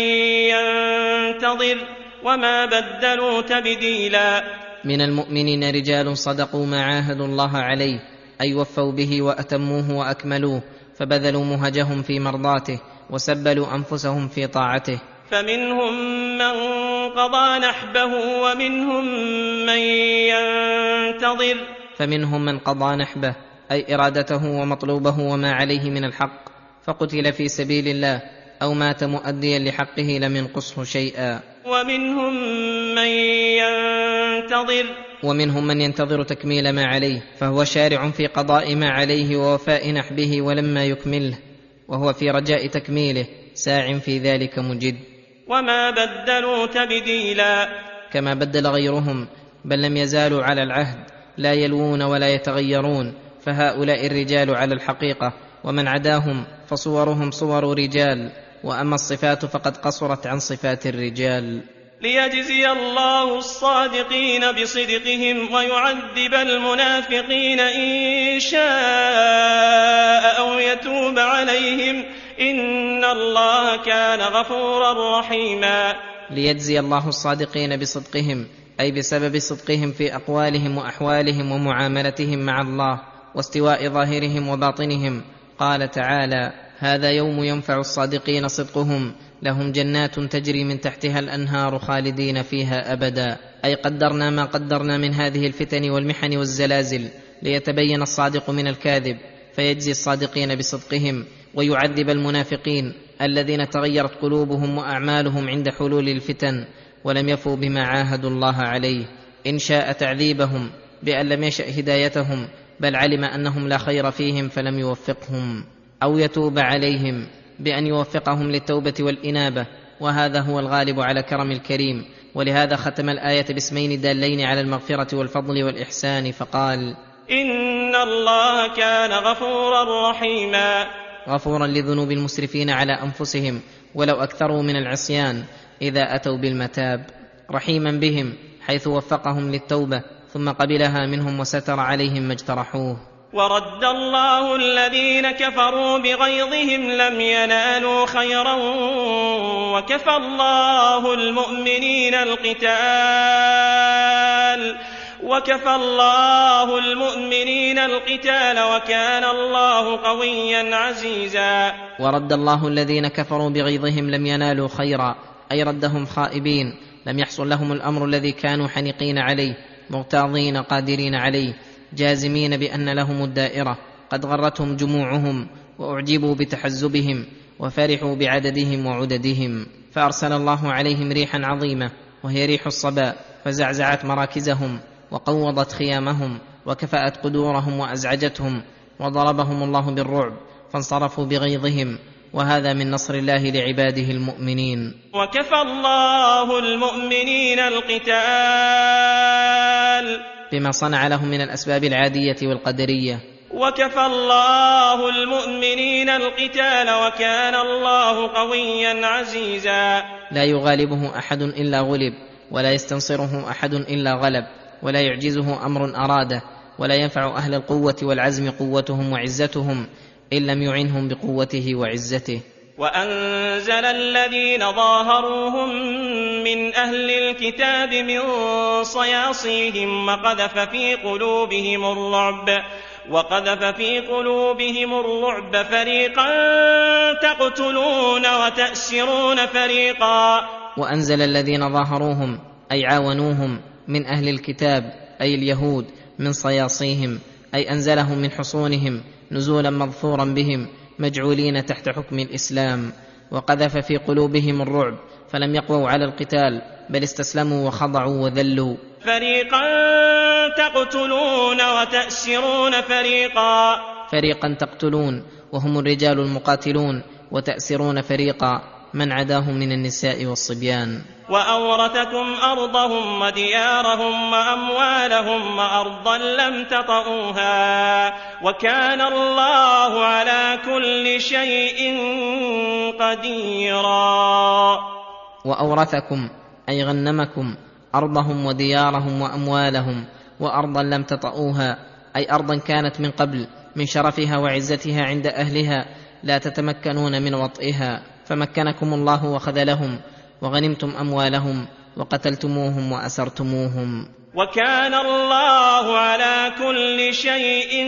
ينتظر وما بدلوا تبديلا. من المؤمنين رجال صدقوا ما عاهدوا الله عليه، أي وفوا به وأتموه وأكملوه، فبذلوا مهجهم في مرضاته وسبلوا أنفسهم في طاعته. فمنهم من قضى نحبه ومنهم من ينتظر. فمنهم من قضى نحبه أي إرادته ومطلوبه وما عليه من الحق، فقتل في سبيل الله أو مات مؤديا لحقه لم ينقصه شيئا. ومنهم من ينتظر. ومنهم من ينتظر تكميل ما عليه، فهو شارع في قضاء ما عليه ووفاء نحبه ولما يكمله، وهو في رجاء تكميله ساع في ذلك مجد. وما بدلوا تبديلا. كما بدل غيرهم، بل لم يزالوا على العهد لا يلوون ولا يتغيرون، فهؤلاء الرجال على الحقيقة، ومن عداهم فصورهم صور رجال، وأما الصفات فقد قصرت عن صفات الرجال. ليجزي الله الصادقين بصدقهم ويعذب المنافقين إن شاء أو يتوب عليهم إن الله كان غفورا رحيما. ليجزي الله الصادقين بصدقهم أي بسبب صدقهم في أقوالهم وأحوالهم ومعاملتهم مع الله واستواء ظاهرهم وباطنهم. قال تعالى: هذا يوم ينفع الصادقين صدقهم لهم جنات تجري من تحتها الأنهار خالدين فيها أبدا، أي قدرنا ما قدرنا من هذه الفتن والمحن والزلازل ليتبين الصادق من الكاذب، فيجزي الصادقين بصدقهم ويعذب المنافقين الذين تغيرت قلوبهم وأعمالهم عند حلول الفتن ولم يفوا بما عاهدوا الله عليه. إن شاء تعذيبهم بأن لم يشأ هدايتهم بل علم أنهم لا خير فيهم فلم يوفقهم، أو يتوب عليهم بأن يوفقهم للتوبة والإنابة، وهذا هو الغالب على كرم الكريم. ولهذا ختم الآية باسمين دالين على المغفرة والفضل والإحسان، فقال: إن الله كان غفورا رحيما. غفورا لذنوب المسرفين على أنفسهم ولو أكثروا من العصيان إذا أتوا بالمتاب، رحيما بهم حيث وفقهم للتوبة ثم قبلها منهم وستر عليهم ما اجترحوه. ورد الله الذين كفروا بغيظهم لم ينالوا خيرا وكفى الله المؤمنين القتال وكفى الله المؤمنين القتال وكان الله قويا عزيزا. ورد الله الذين كفروا بغيظهم لم ينالوا خيرا، أي ردهم خائبين، لم يحصل لهم الأمر الذي كانوا حنقين عليه، مغتاظين قادرين عليه، جازمين بأن لهم الدائرة، قد غرتهم جموعهم وأعجبوا بتحزبهم وفرحوا بعددهم وعددهم، فأرسل الله عليهم ريحا عظيمة وهي ريح الصبا، فزعزعت مراكزهم وقوضت خيامهم وكفأت قدورهم وأزعجتهم، وضربهم الله بالرعب فانصرفوا بغيظهم، وهذا من نصر الله لعباده المؤمنين. وكفى الله المؤمنين القتال بما صنع لهم من الأسباب العادية والقدرية. وكفى الله المؤمنين القتال وكان الله قويا عزيزا. لا يغالبه أحد إلا غلب، ولا يستنصره أحد إلا غلب، ولا يعجزه أمر أراده، ولا ينفع أهل القوة والعزم قوتهم وعزتهم إن لم يعنهم بقوته وعزته. وأنزل الذين ظاهروهم من أهل الكتاب من صياصيهم وقذف في قلوبهم الرعب وقذف في قلوبهم الرعب فريقا تقتلون وتأسرون فريقا. وأنزل الذين ظاهروهم أي عاونوهم من أهل الكتاب أي اليهود من صياصيهم، أي أنزلهم من حصونهم نزولا مظفورا بهم مجعولين تحت حكم الإسلام، وقذف في قلوبهم الرعب فلم يقووا على القتال بل استسلموا وخضعوا وذلوا. فريقا تقتلون وتأسرون فريقا. فريقا تقتلون وهم الرجال المقاتلون، وتأسرون فريقا من عداهم من النساء والصبيان. وأورثكم أرضهم وديارهم وأموالهم وأرضا لم تطئوها وكان الله على كل شيء قديرا. وأورثكم أي غنمكم أرضهم وديارهم وأموالهم، وأرضا لم تطئوها أي أرضا كانت من قبل من شرفها وعزتها عند أهلها لا تتمكنون من وطئها، فمكنكم الله وخذلهم، وغنمتم أموالهم وقتلتموهم وأسرتموهم. وكان الله على كل شيء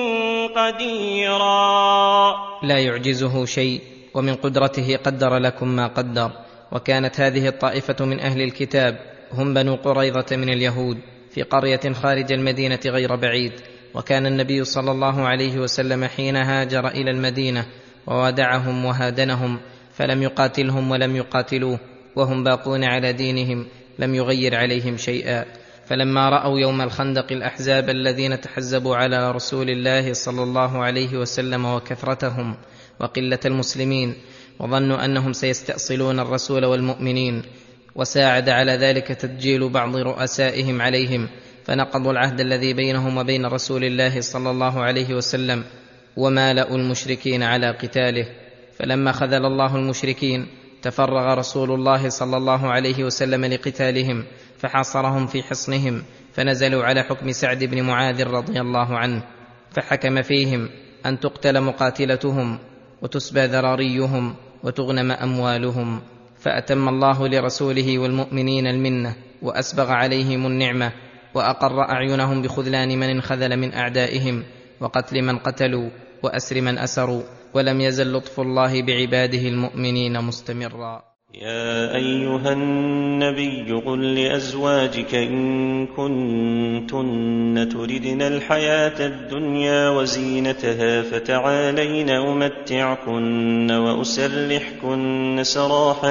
قديرا. لا يعجزه شيء، ومن قدرته قدر لكم ما قدر. وكانت هذه الطائفة من أهل الكتاب هم بنو قريظة من اليهود في قرية خارج المدينة غير بعيد، وكان النبي صلى الله عليه وسلم حين هاجر إلى المدينة ووادعهم وهادنهم فلم يقاتلهم ولم يقاتلوه، وهم باقون على دينهم لم يغير عليهم شيئا. فلما رأوا يوم الخندق الأحزاب الذين تحزبوا على رسول الله صلى الله عليه وسلم وكثرتهم وقلة المسلمين، وظنوا أنهم سيستأصلون الرسول والمؤمنين، وساعد على ذلك تدجيل بعض رؤسائهم عليهم، فنقضوا العهد الذي بينهم وبين رسول الله صلى الله عليه وسلم ومالأوا المشركين على قتاله. فلما خذل الله المشركين تفرغ رسول الله صلى الله عليه وسلم لقتالهم، فحاصرهم في حصنهم، فنزلوا على حكم سعد بن معاذ رضي الله عنه، فحكم فيهم أن تقتل مقاتلتهم وتسبى ذراريهم وتغنم أموالهم. فأتم الله لرسوله والمؤمنين المنة وأسبغ عليهم النعمة، وأقر أعينهم بخذلان من انخذل من أعدائهم وقتل من قتلوا وأسر من أسروا، ولم يزل لطف الله بعباده المؤمنين مستمرا. يا أيها النبي قل لأزواجك إن كنتن تردن الحياة الدنيا وزينتها فتعالين أمتعكن وأسرحكن سراحا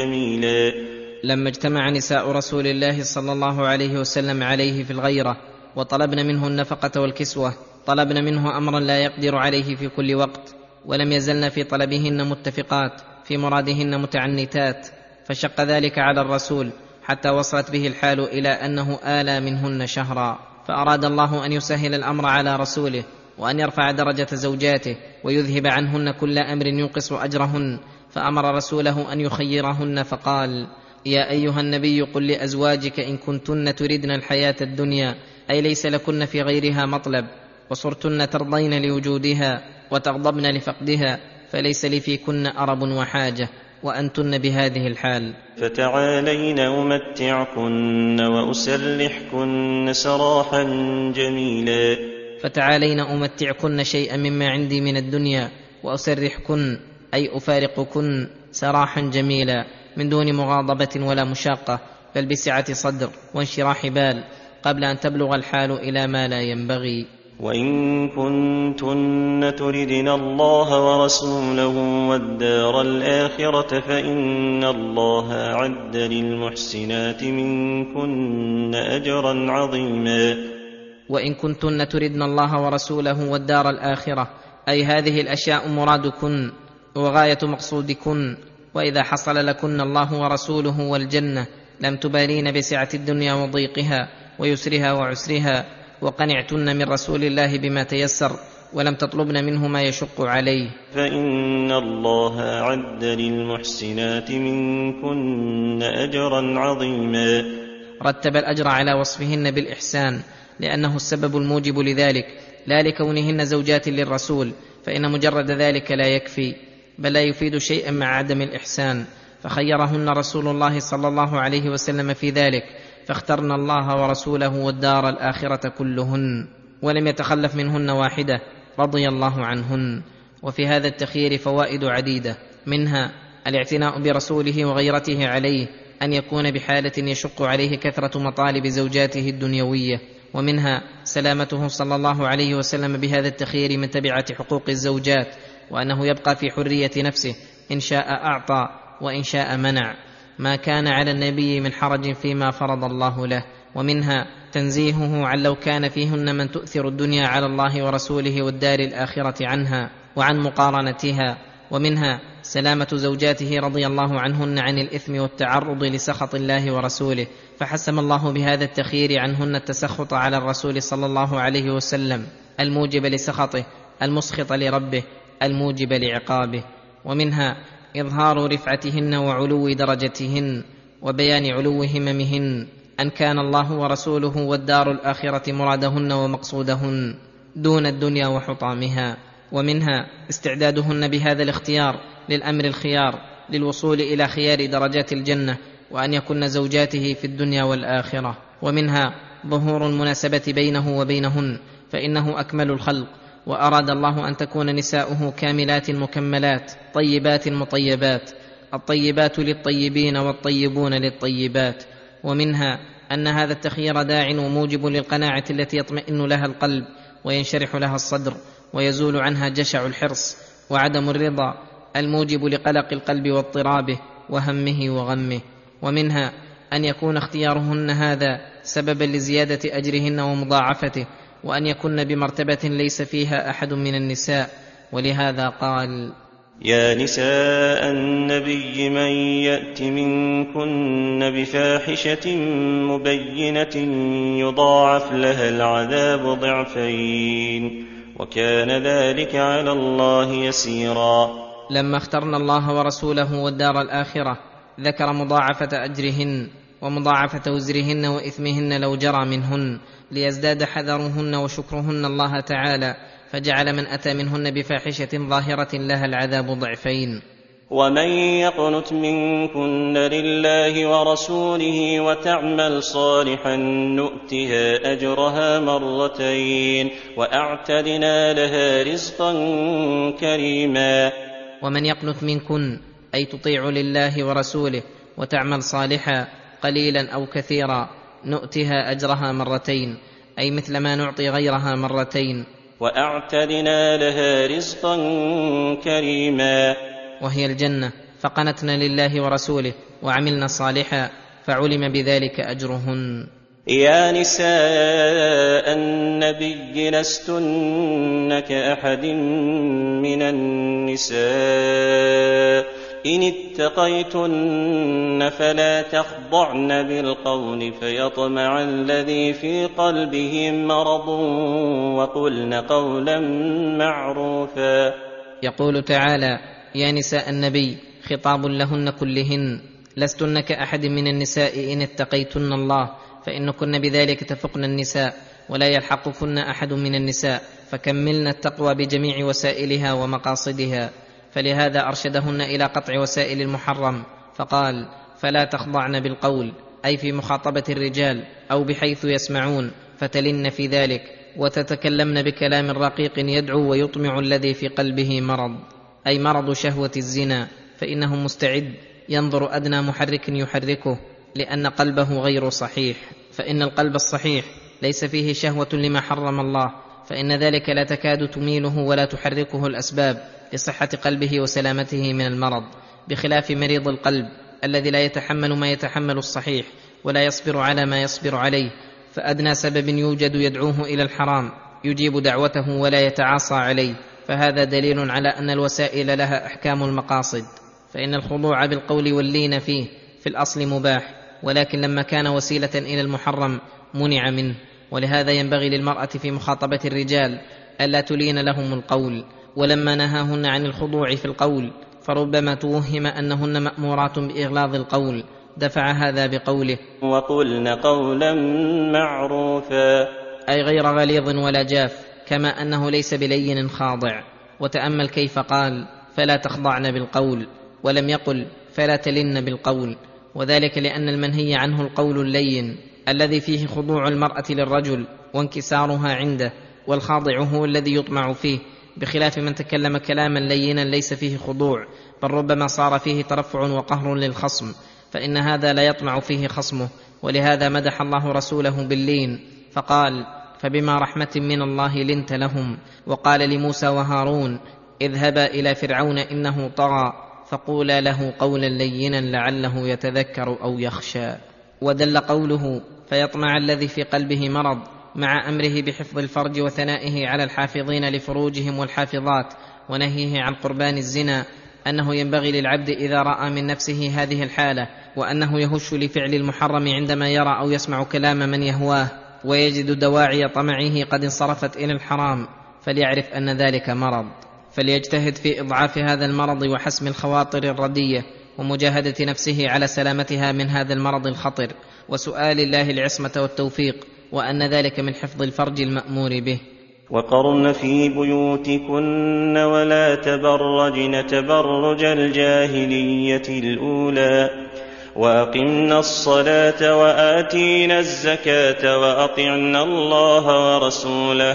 جميلا. لما اجتمع نساء رسول الله صلى الله عليه وسلم عليه في الغيرة وطلبن منه النفقة والكسوة، طلبن منه أمرا لا يقدر عليه في كل وقت، ولم يزلن في طلبهن متفقات، في مرادهن متعنتات، فشق ذلك على الرسول حتى وصلت به الحال إلى أنه آلى منهن شهرا. فأراد الله أن يسهل الأمر على رسوله، وأن يرفع درجة زوجاته، ويذهب عنهن كل أمر ينقص أجرهن، فأمر رسوله أن يخيرهن فقال: يا أيها النبي قل لأزواجك إن كنتن تردن الحياة الدنيا، أي ليس لكن في غيرها مطلب، وصرتن ترضين لوجودها وتغضبن لفقدها، فليس لي فيكن أرب وحاجة، وأنتن بهذه الحال، فتعالين أمتعكن وأسرحكن سراحا جميلا. فتعالين أمتعكن شيئا مما عندي من الدنيا، وأسرحكن أي أفارقكن سراحا جميلا، من دون مغاضبة ولا مشاقة، بل بسعة صدر وانشراح بال، قبل أن تبلغ الحال إلى ما لا ينبغي. وإن كنتن تردن الله ورسوله والدار الآخرة فإن الله أعد للمحسنات منكن أجرا عظيما. وإن كنتن تردن الله ورسوله والدار الآخرة، أي هذه الأشياء مرادكن وغاية مقصودكن، وإذا حصل لكن الله ورسوله والجنة لم تبالين بسعة الدنيا وضيقها ويسرها وعسرها، وقنعتن من رسول الله بما تيسر، ولم تطلبن منه ما يشق عليه، فإن الله أعد للمحسنات منكن أجرا عظيما. رتب الأجر على وصفهن بالإحسان، لأنه السبب الموجب لذلك، لا لكونهن زوجات للرسول، فإن مجرد ذلك لا يكفي، بل لا يفيد شيئا مع عدم الإحسان، فخيرهن رسول الله صلى الله عليه وسلم في ذلك، فاخترن الله ورسوله والدار الآخرة كلهن، ولم يتخلف منهن واحدة، رضي الله عنهن. وفي هذا التخيير فوائد عديدة، منها الاعتناء برسوله وغيرته عليه، أن يكون بحالة يشق عليه كثرة مطالب زوجاته الدنيوية، ومنها سلامته صلى الله عليه وسلم بهذا التخيير من تبعة حقوق الزوجات، وأنه يبقى في حرية نفسه، إن شاء أعطى وإن شاء منع، ما كان على النبي من حرج فيما فرض الله له. ومنها تنزيهه عن لو كان فيهن من تؤثر الدنيا على الله ورسوله والدار الآخرة عنها وعن مقارنتها. ومنها سلامة زوجاته رضي الله عنهن عن الإثم والتعرض لسخط الله ورسوله، فحسم الله بهذا التخيير عنهن التسخط على الرسول صلى الله عليه وسلم الموجب لسخطه، المسخط لربه، الموجب لعقابه. ومنها إظهار رفعتهن وعلو درجتهن وبيان علو هممهن، أن كان الله ورسوله والدار الآخرة مرادهن ومقصودهن دون الدنيا وحطامها. ومنها استعدادهن بهذا الاختيار للأمر الخيار، للوصول إلى خيار درجات الجنة، وأن يكن زوجاته في الدنيا والآخرة. ومنها ظهور المناسبة بينه وبينهن، فإنه أكمل الخلق، وأراد الله أن تكون نساؤه كاملات مكملات، طيبات مطيبات، الطيبات للطيبين والطيبون للطيبات. ومنها أن هذا التخيير داع وموجب للقناعة التي يطمئن لها القلب وينشرح لها الصدر، ويزول عنها جشع الحرص وعدم الرضا الموجب لقلق القلب واضطرابه وهمه وغمه. ومنها أن يكون اختيارهن هذا سببا لزيادة أجرهن ومضاعفته، وأن يكن بمرتبة ليس فيها أحد من النساء، ولهذا قال: يا نساء النبي من يأت منكن بفاحشة مبينة يضاعف لها العذاب ضعفين وكان ذلك على الله يسيرا. لما اخترنا الله ورسوله والدار الآخرة ذكر مضاعفة أجرهن ومضاعفة وزرهن وإثمهن لو جرى منهن، ليزداد حذرهن وشكرهن الله تعالى، فجعل من أتى منهن بفاحشة ظاهرة لها العذاب ضعفين. ومن يقنت منكن لله ورسوله وتعمل صالحا نؤتها أجرها مرتين وأعتدنا لها رزقا كريما. ومن يقنت منكن أي تطيع لله ورسوله وتعمل صالحا قليلا أو كثيرا نؤتها أجرها مرتين، أي مثل ما نعطي غيرها مرتين. وأعتدنا لها رزقا كريما، وهي الجنة، فقنتن لله ورسوله وعملن صالحا فعلم بذلك أجرهن. يا نساء النبي لستن كأحد من النساء إن اتقيتن فلا تخضعن بالقول فيطمع الذي في قلبه مرض وقلن قولا معروفا. يقول تعالى: يا نساء النبي، خطاب لهن كلهن، لستن كأحد من النساء إن اتقيتن الله، فإن كن بذلك تفقن النساء ولا يلحقكن أحد من النساء، فكملن التقوى بجميع وسائلها ومقاصدها. فلهذا أرشدهن إلى قطع وسائل المحرم، فقال: فلا تخضعن بالقول، أي في مخاطبة الرجال أو بحيث يسمعون، فتلن في ذلك وتتكلمن بكلام رقيق يدعو ويطمع الذي في قلبه مرض، أي مرض شهوة الزنا، فإنه مستعد ينظر أدنى محرك يحركه، لأن قلبه غير صحيح. فإن القلب الصحيح ليس فيه شهوة لما حرم الله، فإن ذلك لا تكاد تميله ولا تحركه الأسباب لصحة قلبه وسلامته من المرض، بخلاف مريض القلب الذي لا يتحمل ما يتحمل الصحيح ولا يصبر على ما يصبر عليه، فأدنى سبب يوجد يدعوه إلى الحرام يجيب دعوته ولا يتعاصى عليه، فهذا دليل على أن الوسائل لها أحكام المقاصد. فإن الخضوع بالقول واللين فيه في الأصل مباح، ولكن لما كان وسيلة إلى المحرم منع منه. ولهذا ينبغي للمرأة في مخاطبة الرجال ألا تلين لهم القول، ولما نهاهن عن الخضوع في القول فربما توهم أنهن مأمورات بإغلاظ القول، دفع هذا بقوله: وقلن قولا معروفا، أي غير غليظ ولا جاف، كما أنه ليس بلين خاضع. وتأمل كيف قال: فلا تخضعن بالقول، ولم يقل فلا تلن بالقول، وذلك لأن المنهي عنه القول اللين الذي فيه خضوع المرأة للرجل وانكسارها عنده، والخاضع هو الذي يطمع فيه، بخلاف من تكلم كلاما لينا ليس فيه خضوع، بل ربما صار فيه ترفع وقهر للخصم، فإن هذا لا يطمع فيه خصمه. ولهذا مدح الله رسوله باللين، فقال: فبما رحمة من الله لنت لهم. وقال لموسى وهارون: اذهبا إلى فرعون إنه طغى فقولا له قولا لينا لعله يتذكر أو يخشى. ودل قوله: فيطمع الذي في قلبه مرض، مع أمره بحفظ الفرج وثنائه على الحافظين لفروجهم والحافظات، ونهيه عن قربان الزنا، أنه ينبغي للعبد إذا رأى من نفسه هذه الحالة وأنه يهش لفعل المحرم عندما يرى أو يسمع كلام من يهواه ويجد دواعي طمعه قد انصرفت إلى الحرام، فليعرف أن ذلك مرض، فليجتهد في إضعاف هذا المرض وحسم الخواطر الردية، ومجاهدة نفسه على سلامتها من هذا المرض الخطر، وسؤال الله العصمة والتوفيق، وأن ذلك من حفظ الفرج المأمور به. وقرن في بيوتكن ولا تبرجن تبرج الجاهلية الأولى وأقمنا الصلاة وآتينا الزكاة وأطعنا الله ورسوله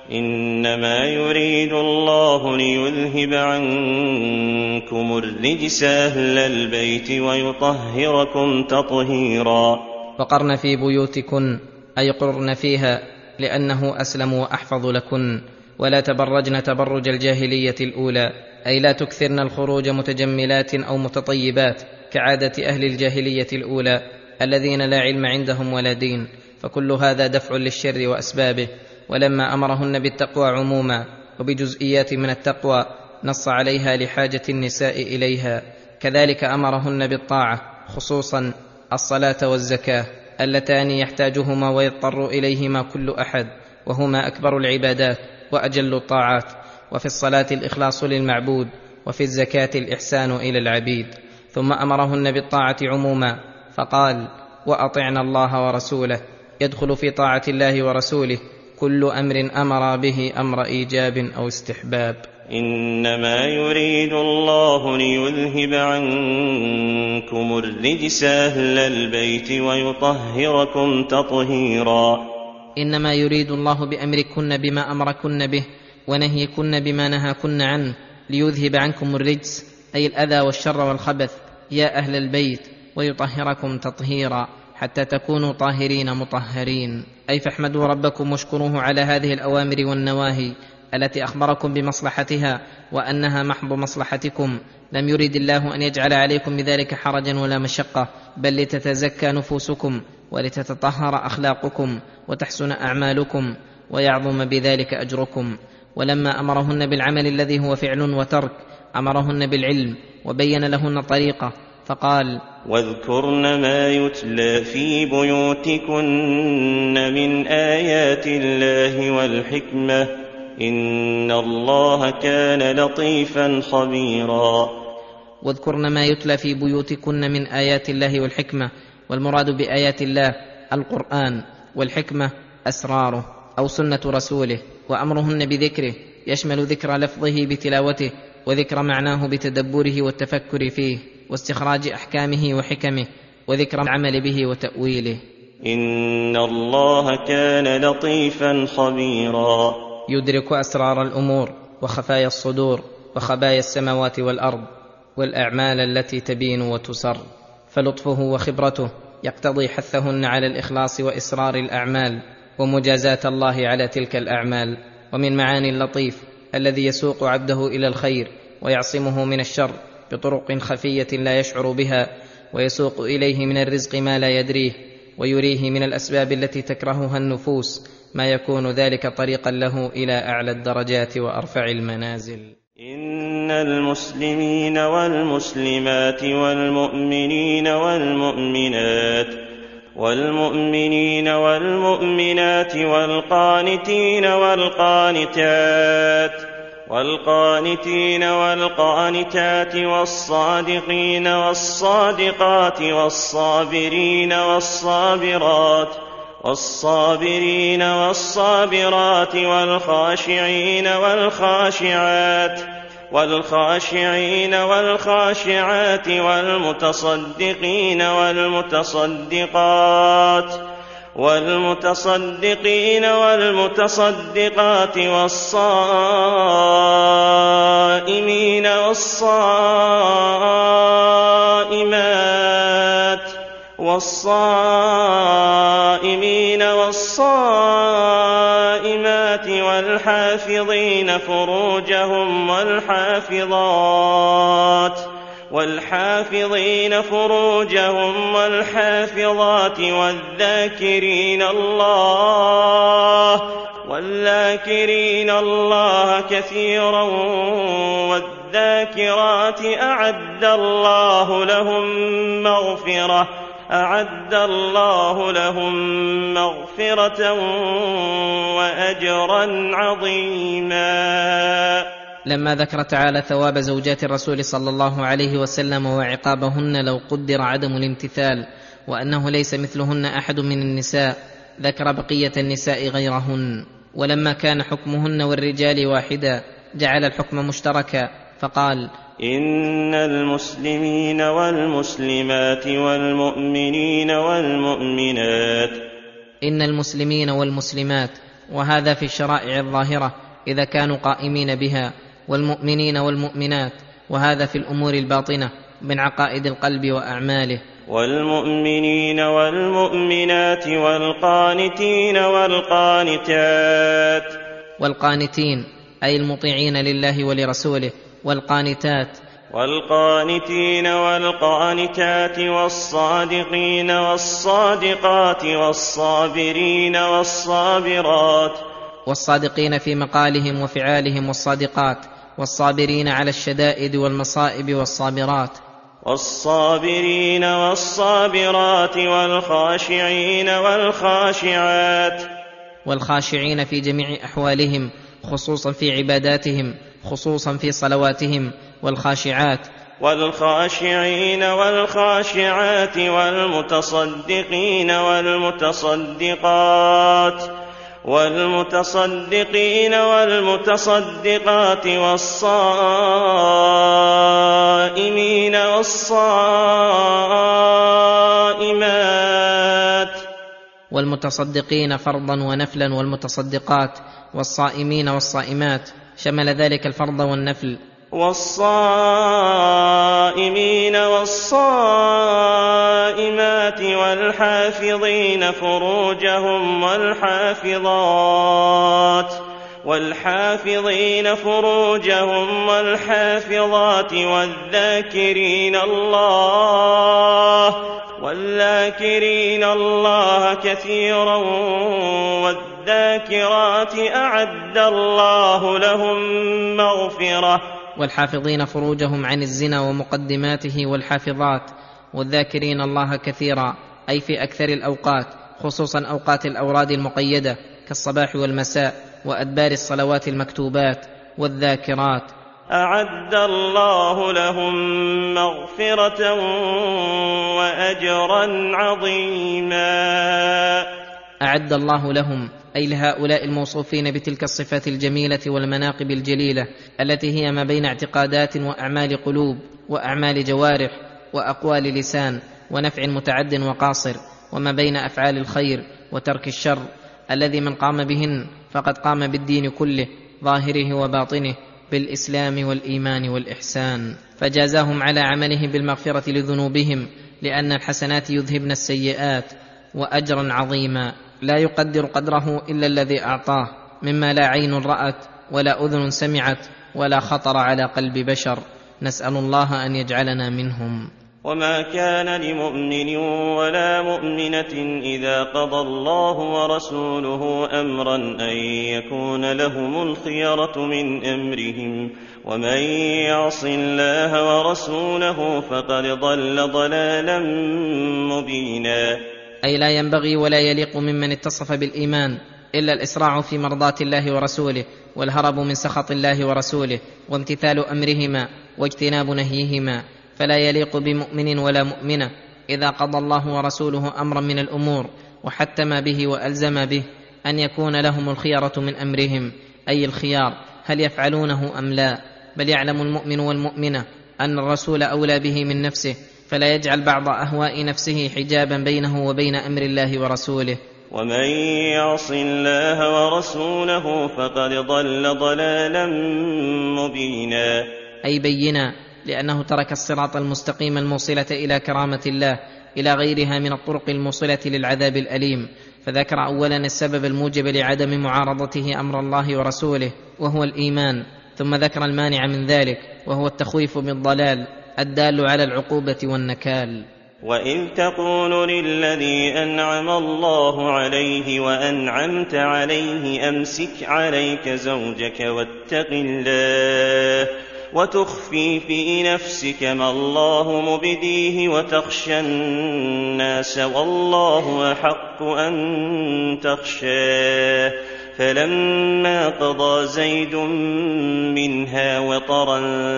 إنما يريد الله ليذهب عنكم الرجس أهل البيت ويطهركم تطهيرا. وقرن في بيوتكن، أي قرن فيها، لأنه أسلم وأحفظ لكن. ولا تبرجن تبرج الجاهلية الأولى، أي لا تكثرن الخروج متجملات أو متطيبات كعادة أهل الجاهلية الأولى الذين لا علم عندهم ولا دين، فكل هذا دفع للشر وأسبابه. ولما أمرهن بالتقوى عموما وبجزئيات من التقوى نص عليها لحاجة النساء إليها، كذلك أمرهن بالطاعة، خصوصا الصلاة والزكاة اللتان يحتاجهما ويضطر إليهما كل أحد، وهما أكبر العبادات وأجل الطاعات. وفي الصلاة الإخلاص للمعبود، وفي الزكاة الإحسان إلى العبيد. ثم أمرهن بالطاعة عموما فقال: وأطعنا الله ورسوله، يدخل في طاعة الله ورسوله كل أمر أمر به أمر إيجاب أو استحباب. إنما يريد الله ليذهب عنكم الرجس أهل البيت ويطهركم تطهيرا. إنما يريد الله بأمركن بما أمركن به ونهيكن بما نهاكن عنه ليذهب عنكم الرجس، أي الأذى والشر والخبث، يا أهل البيت، ويطهركم تطهيرا، حتى تكونوا طاهرين مطهرين، أي فاحمدوا ربكم واشكروه على هذه الأوامر والنواهي التي أخبركم بمصلحتها وأنها محض مصلحتكم. لم يرد الله أن يجعل عليكم بذلك حرجا ولا مشقة، بل لتتزكى نفوسكم ولتتطهر أخلاقكم وتحسن أعمالكم ويعظم بذلك أجركم. ولما أمرهن بالعمل الذي هو فعل وترك أمرهن بالعلم وبين لهن طريقة فقال: واذكرن ما يتلى في بيوتكن من آيات الله والحكمة إن الله كان لطيفا خبيرا. واذكرن ما يتلى في بيوتكن من آيات الله والحكمة، والمراد بآيات الله القرآن، والحكمة أسراره أو سنة رسوله. وأمرهن بذكره يشمل ذكر لفظه بتلاوته، وذكر معناه بتدبره والتفكر فيه، واستخراج أحكامه وحكمه، وذكر العمل به وتأويله. إن الله كان لطيفا خبيرا. يدرك أسرار الأمور وخفايا الصدور وخبايا السماوات والأرض والأعمال التي تبين وتسر، فلطفه وخبرته يقتضي حثهن على الإخلاص وإسرار الأعمال ومجازاة الله على تلك الأعمال. ومن معاني اللطيف الذي يسوق عبده إلى الخير ويعصمه من الشر بطرق خفية لا يشعر بها، ويسوق إليه من الرزق ما لا يدريه، ويريه من الأسباب التي تكرهها النفوس ما يكون ذلك طريقا له إلى أعلى الدرجات وأرفع المنازل. إن المسلمين والمسلمات والمؤمنين والمؤمنات والمؤمنين والمؤمنات والقانتين والقانتات والقانتين والقانتات والصادقين والصادقات والصابرين والصابرات والصابرين والصابرات والخاشعين والخاشعات والخاشعين والخاشعات والمتصدقين والمتصدقات والمتصدقين والمتصدقات والصائمين والصائمات والصائمين والصائمات والحافظين فروجهم والحافظات والحافظين فروجهم والحافظات والذاكرين الله والذاكرين الله كثيرا والذاكرات أعد الله لهم مغفرة أعد الله لهم مغفرة وأجرا عظيما. لما ذكر تعالى ثواب زوجات الرسول صلى الله عليه وسلم وعقابهن لو قدر عدم الامتثال، وأنه ليس مثلهن أحد من النساء، ذكر بقية النساء غيرهن. ولما كان حكمهن والرجال واحدا جعل الحكم مشتركا فقال: إن المسلمين والمسلمات والمؤمنين والمؤمنات. إن المسلمين والمسلمات، وهذا في الشرائع الظاهرة إذا كانوا قائمين بها، والمؤمنين والمؤمنات، وهذا في الأمور الباطنة من عقائد القلب وأعماله. والمؤمنين والمؤمنات والقانتين والقانتات. والقانتين أي المطيعين لله ولرسوله، والقانتات والقانتين والقانتات والصادقين والصادقات والصابرين والصابرات. والصادقين في مقالهم وفعالهم والصادقات، والصابرين على الشدائد والمصائب والصابرات. والصابرين والصابرات والخاشعين والخاشعات. والخاشعين في جميع أحوالهم، خصوصا في عباداتهم، خصوصا في صلواتهم. والخاشعات والخاشعين والخاشعات والمتصدقين والمتصدقات والمتصدقين والمتصدقات والصائمين والصائمات. والمتصدقين فرضا ونفلا، والمتصدقات والصائمين والصائمات، شمل ذلك الفرض والنفل. والصائمين والصائمات والحافظين فروجهم والحافظات والحافظين فروجهم والحافظات والذاكرين الله والذاكرين الله كثيرا والذاكرات أعد الله لهم مغفرة. والحافظين فروجهم عن الزنا ومقدماته والحافظات، والذاكرين الله كثيرا أي في أكثر الأوقات، خصوصا أوقات الأوراد المقيدة كالصباح والمساء وأدبار الصلوات المكتوبات. والذاكرات أعد الله لهم مغفرة وأجرا عظيما. أعد الله لهم أي لهؤلاء الموصوفين بتلك الصفات الجميلة والمناقب الجليلة التي هي ما بين اعتقادات وأعمال قلوب وأعمال جوارح وأقوال لسان ونفع متعد وقاصر، وما بين أفعال الخير وترك الشر، الذي من قام بهن فقد قام بالدين كله ظاهره وباطنه، بالإسلام والإيمان والإحسان. فجازاهم على عملهم بالمغفرة لذنوبهم، لأن الحسنات يذهبن السيئات، وأجرا عظيما لا يقدر قدره إلا الذي أعطاه، مما لا عين رأت ولا أذن سمعت ولا خطر على قلب بشر. نسأل الله أن يجعلنا منهم. وما كان لمؤمن ولا مؤمنة إذا قضى الله ورسوله أمرا أن يكون لهم الخيرة من أمرهم، ومن يعص الله ورسوله فقد ضل ضلالا مبينا. أي لا ينبغي ولا يليق ممن اتصف بالإيمان إلا الإسراع في مرضاة الله ورسوله، والهرب من سخط الله ورسوله، وامتثال أمرهما واجتناب نهيهما. فلا يليق بمؤمن ولا مؤمنة إذا قضى الله ورسوله أمرا من الأمور وحتم به وألزم به أن يكون لهم الخيرة من أمرهم، أي الخيار هل يفعلونه أم لا. بل يعلم المؤمن والمؤمنة أن الرسول أولى به من نفسه، فلا يجعل بعض أهواء نفسه حجابا بينه وبين أمر الله ورسوله. ومن يعص الله ورسوله فقد ضل ضلالا مبينا. أي بينا، لأنه ترك الصراط المستقيم الموصلة إلى كرامة الله إلى غيرها من الطرق الموصلة للعذاب الأليم. فذكر أولا السبب الموجب لعدم معارضته أمر الله ورسوله وهو الإيمان، ثم ذكر المانع من ذلك وهو التخويف بالضلال الدال على العقوبة والنكال. وإذ تقول للذي أنعم الله عليه وأنعمت عليه أمسك عليك زوجك واتق الله وتخفي في نفسك ما الله مبديه وتخشى الناس والله أحق أن تخشاه، فلما قضى زيد منها وطرا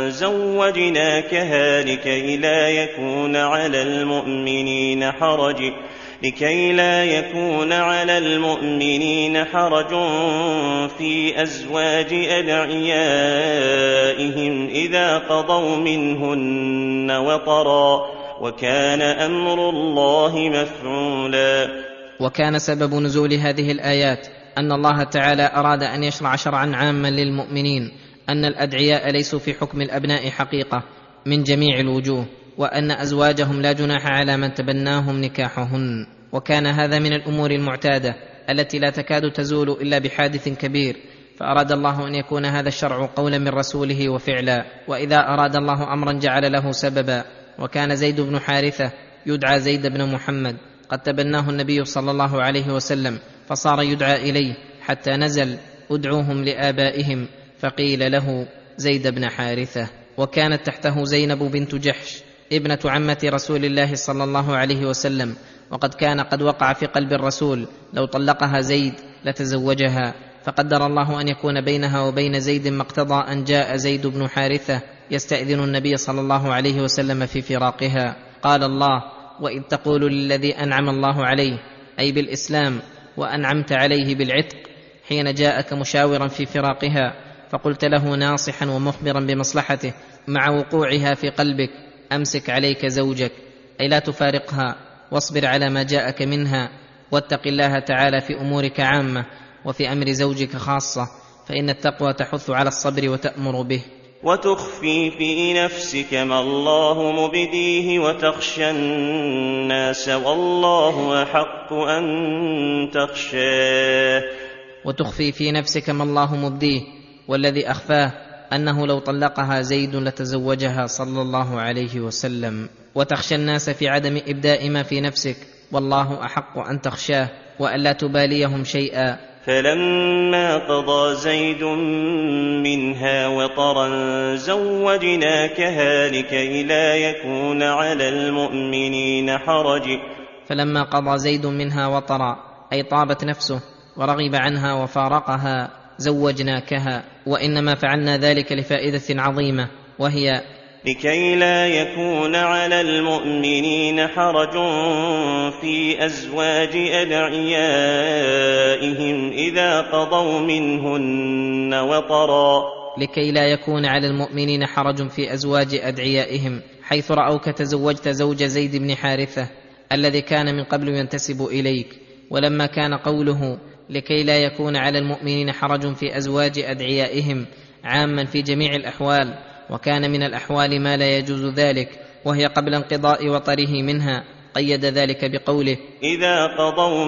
زوجناكها لكي لا يكون على المؤمنين حرج لكي لا يكون على المؤمنين حرج في أزواج أدعيائهم إذا قضوا منهن وطرا، وكان أمر الله مفعولا. وكان سبب نزول هذه الآيات أن الله تعالى أراد أن يشرع شرعا عاما للمؤمنين أن الأدعياء ليسوا في حكم الأبناء حقيقة من جميع الوجوه، وأن أزواجهم لا جناح على من تبناهم نكاحهن. وكان هذا من الأمور المعتادة التي لا تكاد تزول إلا بحادث كبير، فأراد الله أن يكون هذا الشرع قولا من رسوله وفعلا. وإذا أراد الله أمرا جعل له سببا. وكان زيد بن حارثة يدعى زيد بن محمد قد تبناه النبي صلى الله عليه وسلم، فصار يدعى إليه حتى نزل ادعوهم لآبائهم، فقيل له زيد بن حارثة. وكانت تحته زينب بنت جحش ابنة عمة رسول الله صلى الله عليه وسلم، وقد كان قد وقع في قلب الرسول لو طلقها زيد لتزوجها، فقدر الله أن يكون بينها وبين زيد ما اقتضى أن جاء زيد بن حارثة يستأذن النبي صلى الله عليه وسلم في فراقها. قال الله: وإذ تقول للذي أنعم الله عليه أي بالإسلام وأنعمت عليه بالعتق حين جاءك مشاورا في فراقها، فقلت له ناصحا ومخبرا بمصلحته مع وقوعها في قلبك: أمسك عليك زوجك، أي لا تفارقها، واصبر على ما جاءك منها، واتق الله تعالى في أمورك عامة وفي أمر زوجك خاصة، فإن التقوى تحث على الصبر وتأمر به. وتخفي في نفسك ما الله مبديه وتخشى الناس والله أحق أن تخشاه. وتخفي في نفسك ما الله مبديه، والذي أخفاه أنه لو طلقها زيد لتزوجها صلى الله عليه وسلم. وتخشى الناس في عدم إبداء ما في نفسك، والله أحق أن تخشاه وألا تباليهم شيئا. فلما قضى زيد منها وطرا زوجناكها لكي لا يكون على المؤمنين حرج فلما قضى زيد منها وطرا أي طابت نفسه ورغب عنها وفارقها زوجناكها، وإنما فعلنا ذلك لفائدة عظيمة، وهي لكي لا يكون على المؤمنين حرج في أزواج أدعيائهم إذا قضوا منهن وطرا لكي لا يكون على المؤمنين حرج في أزواج أدعيائهم، حيث رأوك تزوجت زوج زيد بن حارثة الذي كان من قبل ينتسب إليك. ولما كان قوله لكي لا يكون على المؤمنين حرج في أزواج أدعيائهم عاما في جميع الأحوال، وكان من الأحوال ما لا يجوز ذلك وهي قبل انقضاء وطره منها، قيد ذلك بقوله إذا قضوا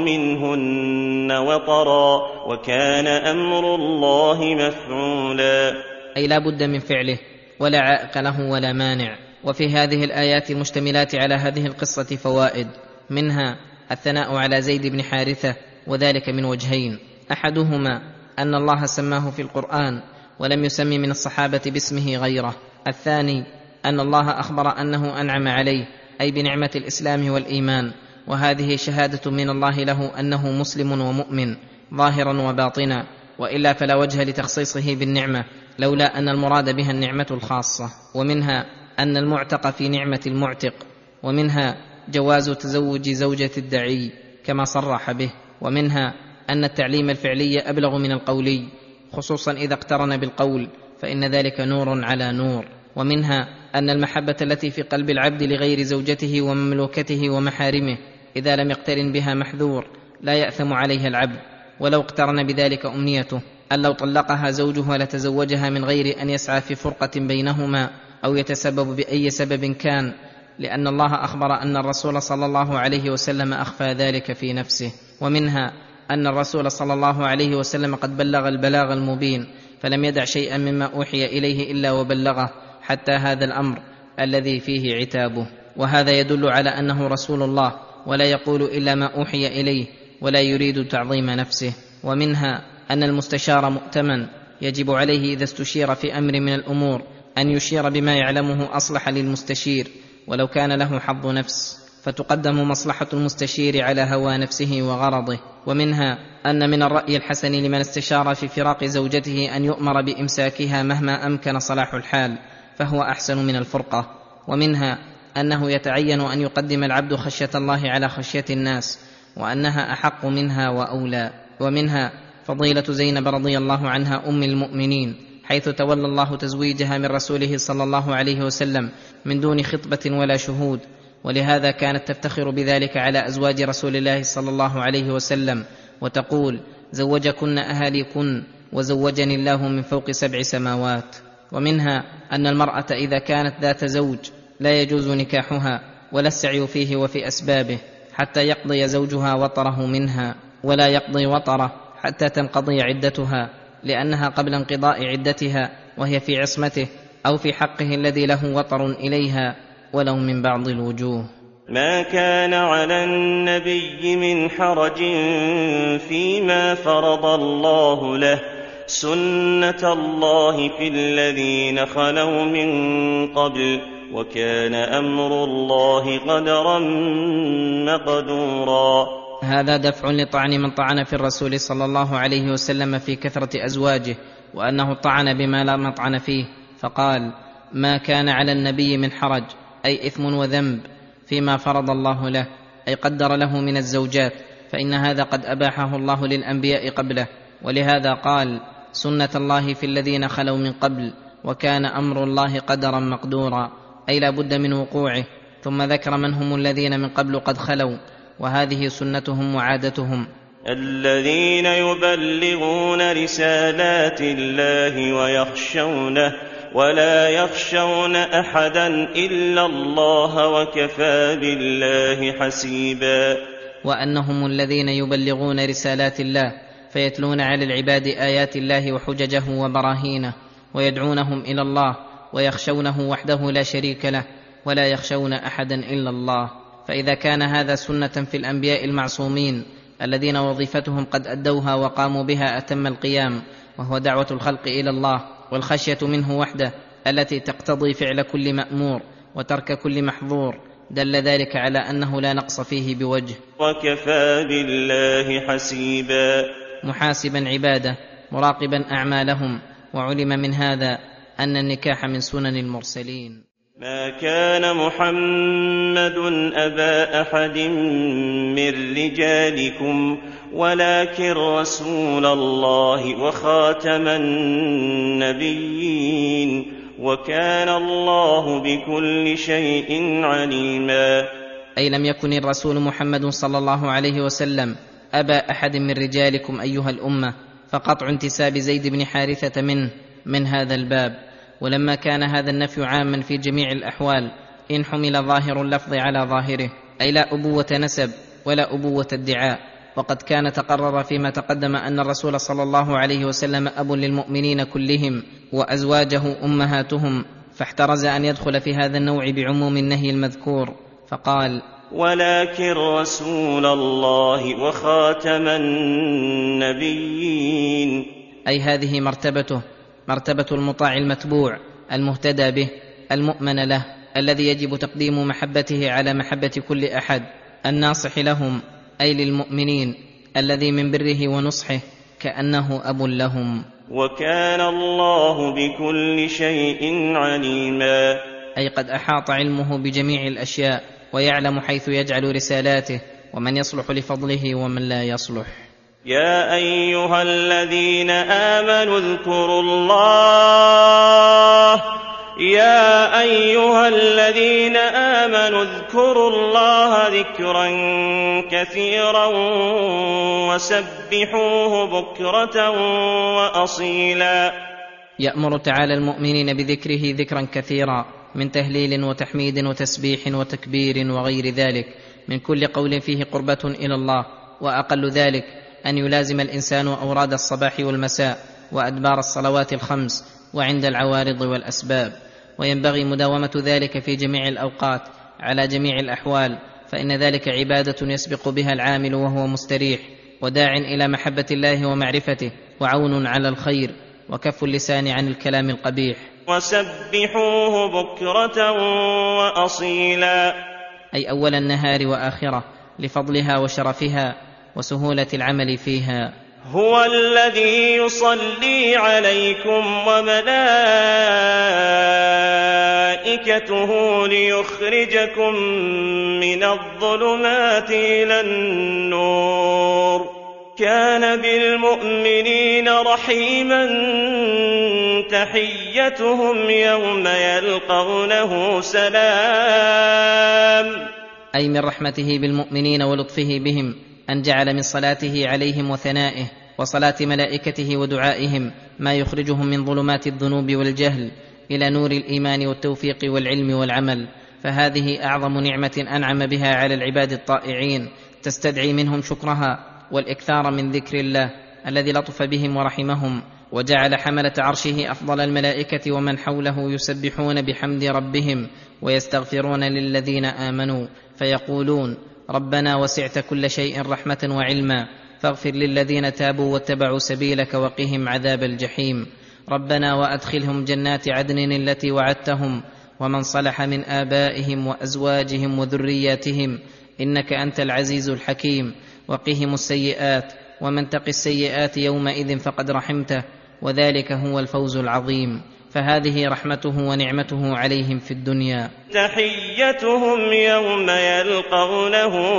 منهن وطرا وكان أمر الله مفعولا، أي لا بد من فعله ولا عائق له ولا مانع. وفي هذه الآيات المشتملات على هذه القصة فوائد، منها الثناء على زيد بن حارثة، وذلك من وجهين: أحدهما أن الله سماه في القرآن ولم يسم من الصحابة باسمه غيره، الثاني أن الله أخبر أنه أنعم عليه أي بنعمة الإسلام والإيمان، وهذه شهادة من الله له أنه مسلم ومؤمن ظاهرا وباطنا، وإلا فلا وجه لتخصيصه بالنعمة لولا أن المراد بها النعمة الخاصة. ومنها أن المعتق في نعمة المعتق، ومنها جواز تزوج زوجة الدعي كما صرح به، ومنها أن التعليم الفعلي أبلغ من القولي، خصوصا إذا اقترن بالقول فإن ذلك نور على نور. ومنها أن المحبة التي في قلب العبد لغير زوجته ومملوكته ومحارمه إذا لم يقترن بها محذور لا يأثم عليها العبد، ولو اقترن بذلك أمنيته أن لو طلقها زوجها لتزوجها من غير أن يسعى في فرقة بينهما أو يتسبب بأي سبب كان، لأن الله أخبر أن الرسول صلى الله عليه وسلم أخفى ذلك في نفسه. ومنها أن الرسول صلى الله عليه وسلم قد بلغ البلاغ المبين، فلم يدع شيئا مما أوحي إليه إلا وبلغه، حتى هذا الأمر الذي فيه عتابه. وهذا يدل على أنه رسول الله ولا يقول إلا ما أوحي إليه ولا يريد تعظيم نفسه. ومنها أن المستشار مؤتمن، يجب عليه إذا استشير في أمر من الأمور أن يشير بما يعلمه أصلح للمستشير ولو كان له حظ نفس، فتقدم مصلحة المستشير على هوى نفسه وغرضه. ومنها أن من الرأي الحسن لمن استشار في فراق زوجته أن يؤمر بإمساكها مهما أمكن صلاح الحال، فهو أحسن من الفرقة. ومنها أنه يتعين أن يقدم العبد خشية الله على خشية الناس، وأنها أحق منها وأولى. ومنها فضيلة زينب رضي الله عنها أم المؤمنين، حيث تولى الله تزويجها من رسوله صلى الله عليه وسلم من دون خطبة ولا شهود، ولهذا كانت تفتخر بذلك على أزواج رسول الله صلى الله عليه وسلم، وتقول: زوجكن أهاليكن وزوجني الله من فوق سبع سماوات. ومنها أن المرأة إذا كانت ذات زوج لا يجوز نكاحها ولا السعي فيه وفي أسبابه حتى يقضي زوجها وطره منها، ولا يقضي وطره حتى تنقضي عدتها، لأنها قبل انقضاء عدتها وهي في عصمته أو في حقه الذي له وطر إليها ولو من بعض الوجوه. ما كان على النبي من حرج فيما فرض الله له، سنة الله في الذين خلوا من قبل، وكان أمر الله قدرا مقدورا. هذا دفع لطعن من طعن في الرسول صلى الله عليه وسلم في كثرة أزواجه، وأنه طعن بما لا مطعن فيه، فقال: ما كان على النبي من حرج، أي إثم وذنب فيما فرض الله له، أي قدر له من الزوجات، فإن هذا قد أباحه الله للأنبياء قبله، ولهذا قال: سنة الله في الذين خلوا من قبل، وكان أمر الله قدرا مقدورا، أي لا بد من وقوعه. ثم ذكر من هم الذين من قبل قد خلوا، وهذه سنتهم وعادتهم: الذين يبلغون رسالات الله ويخشونه ولا يخشون أحدا إلا الله وكفى بالله حسيبا. وأنهم الذين يبلغون رسالات الله فيتلون على العباد آيات الله وحججه وبراهينه، ويدعونهم إلى الله ويخشونه وحده لا شريك له ولا يخشون أحدا إلا الله. فإذا كان هذا سنة في الأنبياء المعصومين الذين وظيفتهم قد أدوها وقاموا بها أتم القيام، وهو دعوة الخلق إلى الله والخشية منه وحده التي تقتضي فعل كل مأمور وترك كل محظور، دل ذلك على أنه لا نقص فيه بوجه. وكفى بالله حسيبا، محاسبا عباده مراقبا أعمالهم. وعلم من هذا أن النكاح من سنن المرسلين. ما كان محمد أبا أحد من رجالكم ولكن رسول الله وخاتم النبيين وكان الله بكل شيء عليما. أي لم يكن الرسول محمد صلى الله عليه وسلم أبا أحد من رجالكم أيها الأمة، فقطع انتساب زيد بن حارثة منه من هذا الباب. ولما كان هذا النفي عاما في جميع الأحوال إن حمل ظاهر اللفظ على ظاهره، أي لا أبوة نسب ولا أبوة ادعاء. وقد كان تقرر فيما تقدم أن الرسول صلى الله عليه وسلم أب للمؤمنين كلهم وأزواجه أمهاتهم، فاحترز أن يدخل في هذا النوع بعموم النهي المذكور، فقال: ولكن رسول الله وخاتم النبيين. أي هذه مرتبته، مرتبة المطاع المتبوع المهتدى به المؤمن له، الذي يجب تقديم محبته على محبة كل أحد، الناصح لهم أي للمؤمنين، الذي من بره ونصحه كأنه أب لهم. وكان الله بكل شيء عليما، أي قد أحاط علمه بجميع الأشياء ويعلم حيث يجعل رسالاته ومن يصلح لفضله ومن لا يصلح. يا أيها الذين آمنوا اذكروا الله يا أيها الذين آمنوا اذكروا الله ذكرا كثيرا وسبحوه بكرة وأصيلا. يأمر تعالى المؤمنين بذكره ذكرا كثيرا من تهليل وتحميد وتسبيح وتكبير وغير ذلك من كل قول فيه قربة إلى الله، وأقل ذلك أن يلازم الإنسان أوراد الصباح والمساء وأدبار الصلوات الخمس وعند العوارض والأسباب، وينبغي مداومة ذلك في جميع الأوقات على جميع الأحوال، فإن ذلك عبادة يسبق بها العامل وهو مستريح، وداع إلى محبة الله ومعرفته، وعون على الخير، وكف اللسان عن الكلام القبيح. وسبحوه بكرة وأصيلا، أي أول النهار وآخرة، لفضلها وشرفها وسهولة العمل فيها. هو الذي يصلي عليكم وملائكته ليخرجكم من الظلمات إلى النور، كان بالمؤمنين رحيما، تحيتهم يوم يلقونه سلام. أي من رحمته بالمؤمنين ولطفه بهم أن جعل من صلاته عليهم وثنائه وصلاة ملائكته ودعائهم ما يخرجهم من ظلمات الذنوب والجهل إلى نور الإيمان والتوفيق والعلم والعمل، فهذه أعظم نعمة أنعم بها على العباد الطائعين، تستدعي منهم شكرها والإكثار من ذكر الله الذي لطف بهم ورحمهم، وجعل حملة عرشه أفضل الملائكة ومن حوله يسبحون بحمد ربهم ويستغفرون للذين آمنوا، فيقولون: ربنا وسعت كل شيء رحمة وعلما، فاغفر للذين تابوا واتبعوا سبيلك وقهم عذاب الجحيم. ربنا وأدخلهم جنات عدن التي وعدتهم ومن صلح من آبائهم وأزواجهم وذرياتهم، إنك أنت العزيز الحكيم. وقهم السيئات، ومن تق السيئات يومئذ فقد رحمته، وذلك هو الفوز العظيم. فهذه رحمته ونعمته عليهم في الدنيا. تحيتهم يوم يلقونه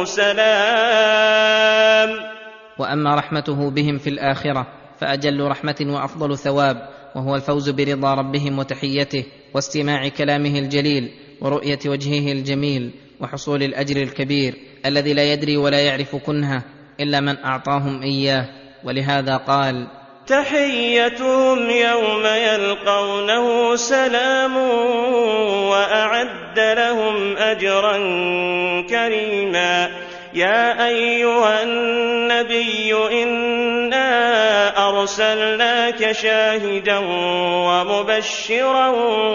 سلام. وأما رحمته بهم في الآخرة فأجل رحمة وأفضل ثواب، وهو الفوز برضا ربهم وتحيته واستماع كلامه الجليل ورؤية وجهه الجميل وحصول الأجر الكبير الذي لا يدري ولا يعرف كنهه إلا من أعطاهم إياه. ولهذا قال: تحيتهم يوم يلقونه سلام وأعد لهم أجرا كريما. يا أيها النبي إنا أرسلناك شاهدا ومبشرا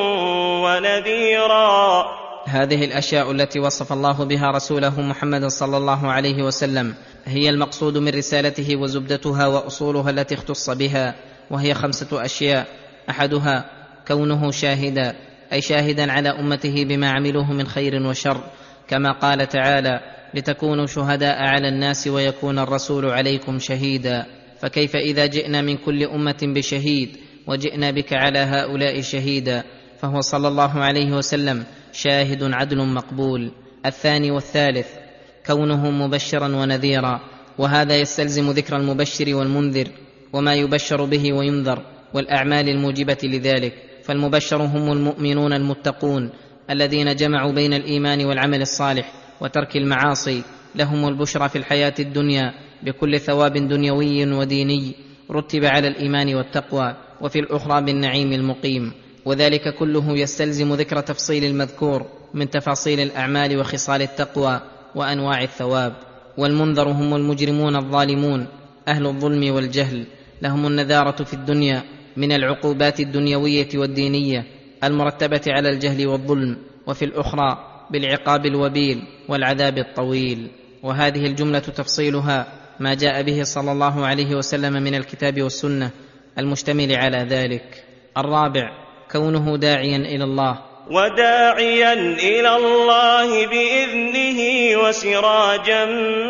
ونذيرا. هذه الأشياء التي وصف الله بها رسوله محمد صلى الله عليه وسلم هي المقصود من رسالته وزبدتها وأصولها التي اختص بها، وهي خمسة أشياء: أحدها كونه شاهدا، أي شاهدا على أمته بما عملوه من خير وشر، كما قال تعالى: لتكونوا شهداء على الناس ويكون الرسول عليكم شهيدا. فكيف إذا جئنا من كل أمة بشهيد وجئنا بك على هؤلاء شهيدا؟ فهو صلى الله عليه وسلم شاهد عدل مقبول. الثاني والثالث كونه مبشرا ونذيرا، وهذا يستلزم ذكر المبشر والمنذر وما يبشر به وينذر والأعمال الموجبة لذلك. فالمبشر هم المؤمنون المتقون الذين جمعوا بين الإيمان والعمل الصالح وترك المعاصي، لهم البشرى في الحياة الدنيا بكل ثواب دنيوي وديني رتب على الإيمان والتقوى، وفي الأخرى بالنعيم المقيم، وذلك كله يستلزم ذكر تفصيل المذكور من تفاصيل الأعمال وخصال التقوى وأنواع الثواب. والمنذر هم المجرمون الظالمون أهل الظلم والجهل، لهم النذارة في الدنيا من العقوبات الدنيوية والدينية المرتبة على الجهل والظلم، وفي الأخرى بالعقاب الوبيل والعذاب الطويل. وهذه الجملة تفصيلها ما جاء به صلى الله عليه وسلم من الكتاب والسنة المشتمل على ذلك. الرابع كونه داعيا إلى الله، وداعيا إلى الله بإذنه وسراجا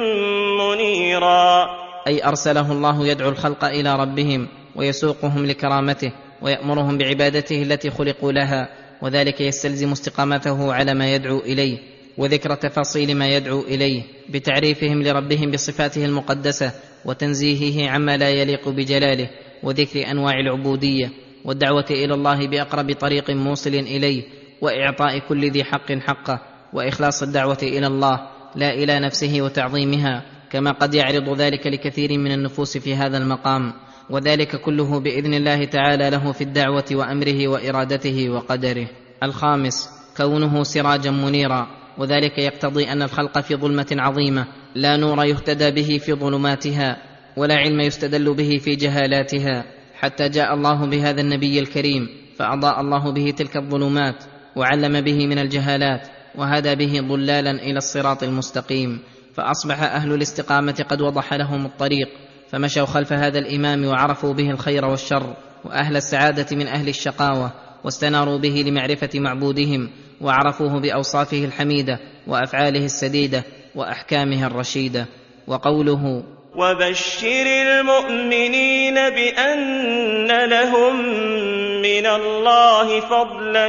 منيرا، أي أرسله الله يدعو الخلق إلى ربهم ويسوقهم لكرامته ويأمرهم بعبادته التي خلقوا لها، وذلك يستلزم استقامته على ما يدعو إليه وذكر تفاصيل ما يدعو إليه بتعريفهم لربهم بصفاته المقدسة وتنزيهه عما لا يليق بجلاله، وذكر أنواع العبودية والدعوة إلى الله بأقرب طريق موصل إليه، وإعطاء كل ذي حق حقه، وإخلاص الدعوة إلى الله لا إلى نفسه وتعظيمها، كما قد يعرض ذلك لكثير من النفوس في هذا المقام، وذلك كله بإذن الله تعالى له في الدعوة وأمره وإرادته وقدره. الخامس كونه سراجا منيرا، وذلك يقتضي أن الخلق في ظلمة عظيمة لا نور يهتدى به في ظلماتها، ولا علم يستدل به في جهالاتها، حتى جاء الله بهذا النبي الكريم فأضاء الله به تلك الظلمات وعلم به من الجهالات وهدى به ضلالا إلى الصراط المستقيم، فأصبح أهل الاستقامة قد وضح لهم الطريق، فمشوا خلف هذا الإمام وعرفوا به الخير والشر، وأهل السعادة من أهل الشقاوة واستناروا به لمعرفة معبودهم وعرفوه بأوصافه الحميدة وأفعاله السديدة وأحكامه الرشيدة. وقوله وبشر المؤمنين بأن لهم من الله فضلا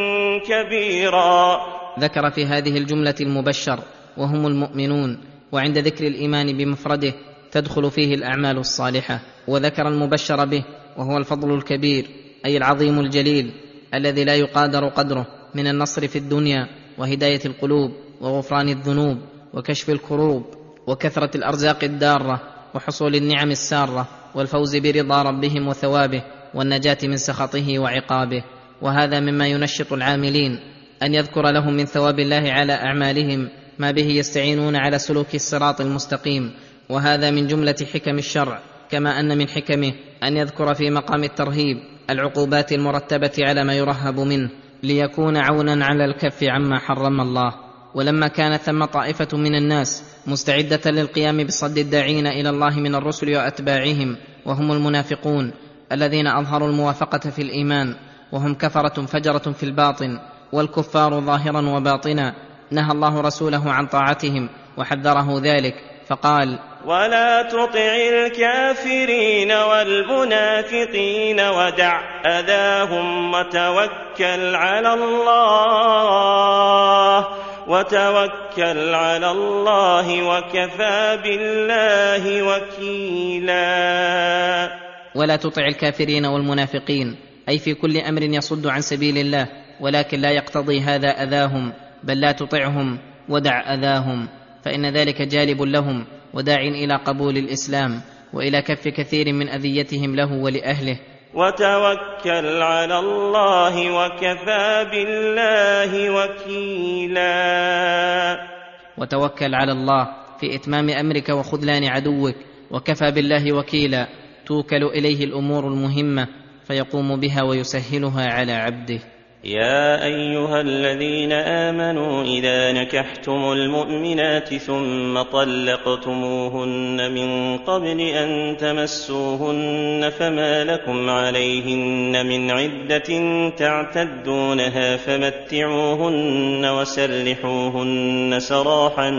كبيرا، ذكر في هذه الجملة المبشر وهم المؤمنون، وعند ذكر الإيمان بمفرده تدخل فيه الأعمال الصالحة، وذكر المبشر به وهو الفضل الكبير أي العظيم الجليل الذي لا يقادر قدره من النصر في الدنيا وهداية القلوب وغفران الذنوب وكشف الكروب وكثرة الأرزاق الدارة وحصول النعم السارة والفوز برضا ربهم وثوابه والنجاة من سخطه وعقابه. وهذا مما ينشط العاملين أن يذكر لهم من ثواب الله على أعمالهم ما به يستعينون على سلوك الصراط المستقيم، وهذا من جملة حكم الشرع، كما أن من حكمه أن يذكر في مقام الترهيب العقوبات المرتبة على ما يرهب منه ليكون عونا على الكف عما حرم الله. ولما كان ثم طائفة من الناس مستعدة للقيام بصد الداعين إلى الله من الرسل وأتباعهم، وهم المنافقون الذين أظهروا الموافقة في الإيمان، وهم كفرة فجرة في الباطن والكفار ظاهرا وباطنا، نهى الله رسوله عن طاعتهم وحذره ذلك فقال: ولا تطع الكافرين والمنافقين ودع أذاهم وتوكل على الله وتوكل على الله وكفى بالله وكيلا. ولا تطع الكافرين والمنافقين، أي في كل أمر يصد عن سبيل الله، ولكن لا يقتضي هذا أذاهم، بل لا تطعهم ودع أذاهم، فإن ذلك جالب لهم وداع إلى قبول الإسلام وإلى كف كثير من أذيتهم له ولأهله. وتوكل على الله وكفى بالله وكيلا. وتوكل على الله في إتمام أمرك وخذلان عدوك، وكفى بالله وكيلا، توكل إليه الأمور المهمة فيقوم بها ويسهلها على عبده. يا أيها الذين آمنوا إذا نكحتم المؤمنات ثم طلقتموهن من قبل أن تمسوهن فما لكم عليهن من عدة تعتدونها فمتعوهن وسرحوهن سراحا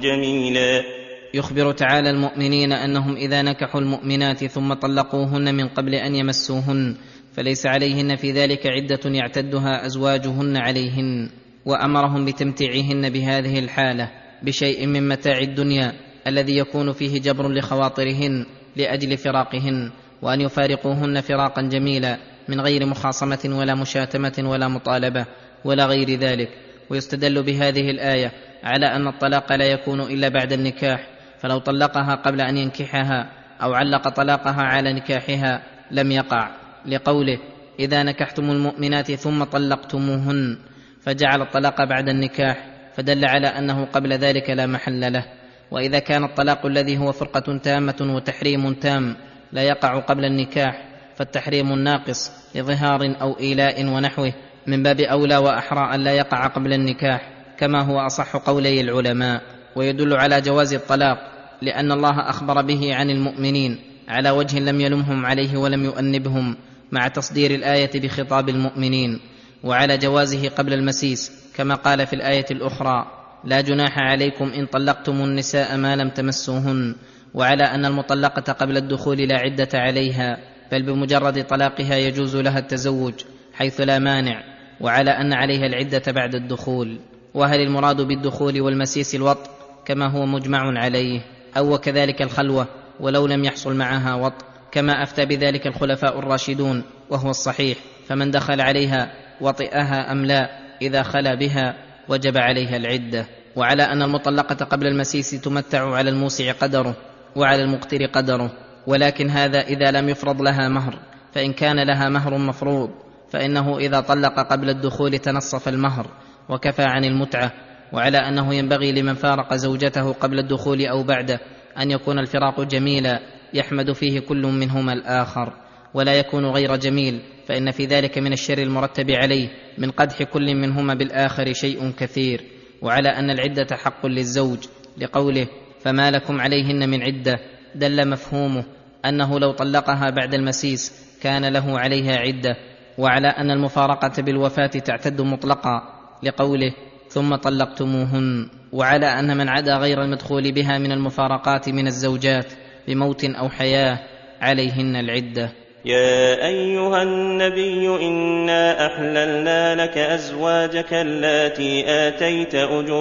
جميلا. يخبر تعالى المؤمنين أنهم إذا نكحوا المؤمنات ثم طلقوهن من قبل أن يمسوهن فليس عليهن في ذلك عدة يعتدها أزواجهن عليهن، وأمرهم بتمتيعهن بهذه الحالة بشيء من متاع الدنيا الذي يكون فيه جبر لخواطرهن لأجل فراقهن، وأن يفارقوهن فراقا جميلا من غير مخاصمة ولا مشاتمة ولا مطالبة ولا غير ذلك. ويستدل بهذه الآية على أن الطلاق لا يكون إلا بعد النكاح، فلو طلقها قبل أن ينكحها أو علق طلاقها على نكاحها لم يقع، لقوله إذا نكحتم المؤمنات ثم طلقتموهن، فجعل الطلاق بعد النكاح، فدل على أنه قبل ذلك لا محل له. وإذا كان الطلاق الذي هو فرقة تامة وتحريم تام لا يقع قبل النكاح، فالتحريم الناقص لظهار أو إيلاء ونحوه من باب أولى وأحرى أن لا يقع قبل النكاح، كما هو أصح قولي العلماء. ويدل على جواز الطلاق لأن الله أخبر به عن المؤمنين على وجه لم يلمهم عليه ولم يؤنبهم، مع تصدير الآية بخطاب المؤمنين، وعلى جوازه قبل المسيس كما قال في الآية الأخرى لا جناح عليكم إن طلقتم النساء ما لم تمسوهن، وعلى أن المطلقة قبل الدخول لا عدة عليها بل بمجرد طلاقها يجوز لها التزوج حيث لا مانع، وعلى أن عليها العدة بعد الدخول. وهل المراد بالدخول والمسيس الوطء كما هو مجمع عليه، أو وكذلك الخلوة ولو لم يحصل معها وطء، كما أفتى بذلك الخلفاء الراشدون وهو الصحيح، فمن دخل عليها وطئها أم لا إذا خلا بها وجب عليها العدة. وعلى أن المطلقة قبل المسيس تمتع على الموسع قدره وعلى المقتر قدره، ولكن هذا إذا لم يفرض لها مهر، فإن كان لها مهر مفروض فإنه إذا طلق قبل الدخول تنصف المهر وكفى عن المتعة. وعلى أنه ينبغي لمن فارق زوجته قبل الدخول أو بعده أن يكون الفراق جميلا يحمد فيه كل منهما الآخر، ولا يكون غير جميل، فإن في ذلك من الشر المرتب عليه من قدح كل منهما بالآخر شيء كثير. وعلى أن العدة حق للزوج لقوله فما لكم عليهن من عدة، دل مفهومه أنه لو طلقها بعد المسيس كان له عليها عدة. وعلى أن المفارقة بالوفاة تعتد مطلقا لقوله ثم طلقتموهن. وعلى أن من عدا غير المدخول بها من المفارقات من الزوجات بموت أو حياة عليهن العدة. يا أيها النبي إنا أحللنا لك أزواجك اللاتي آتيت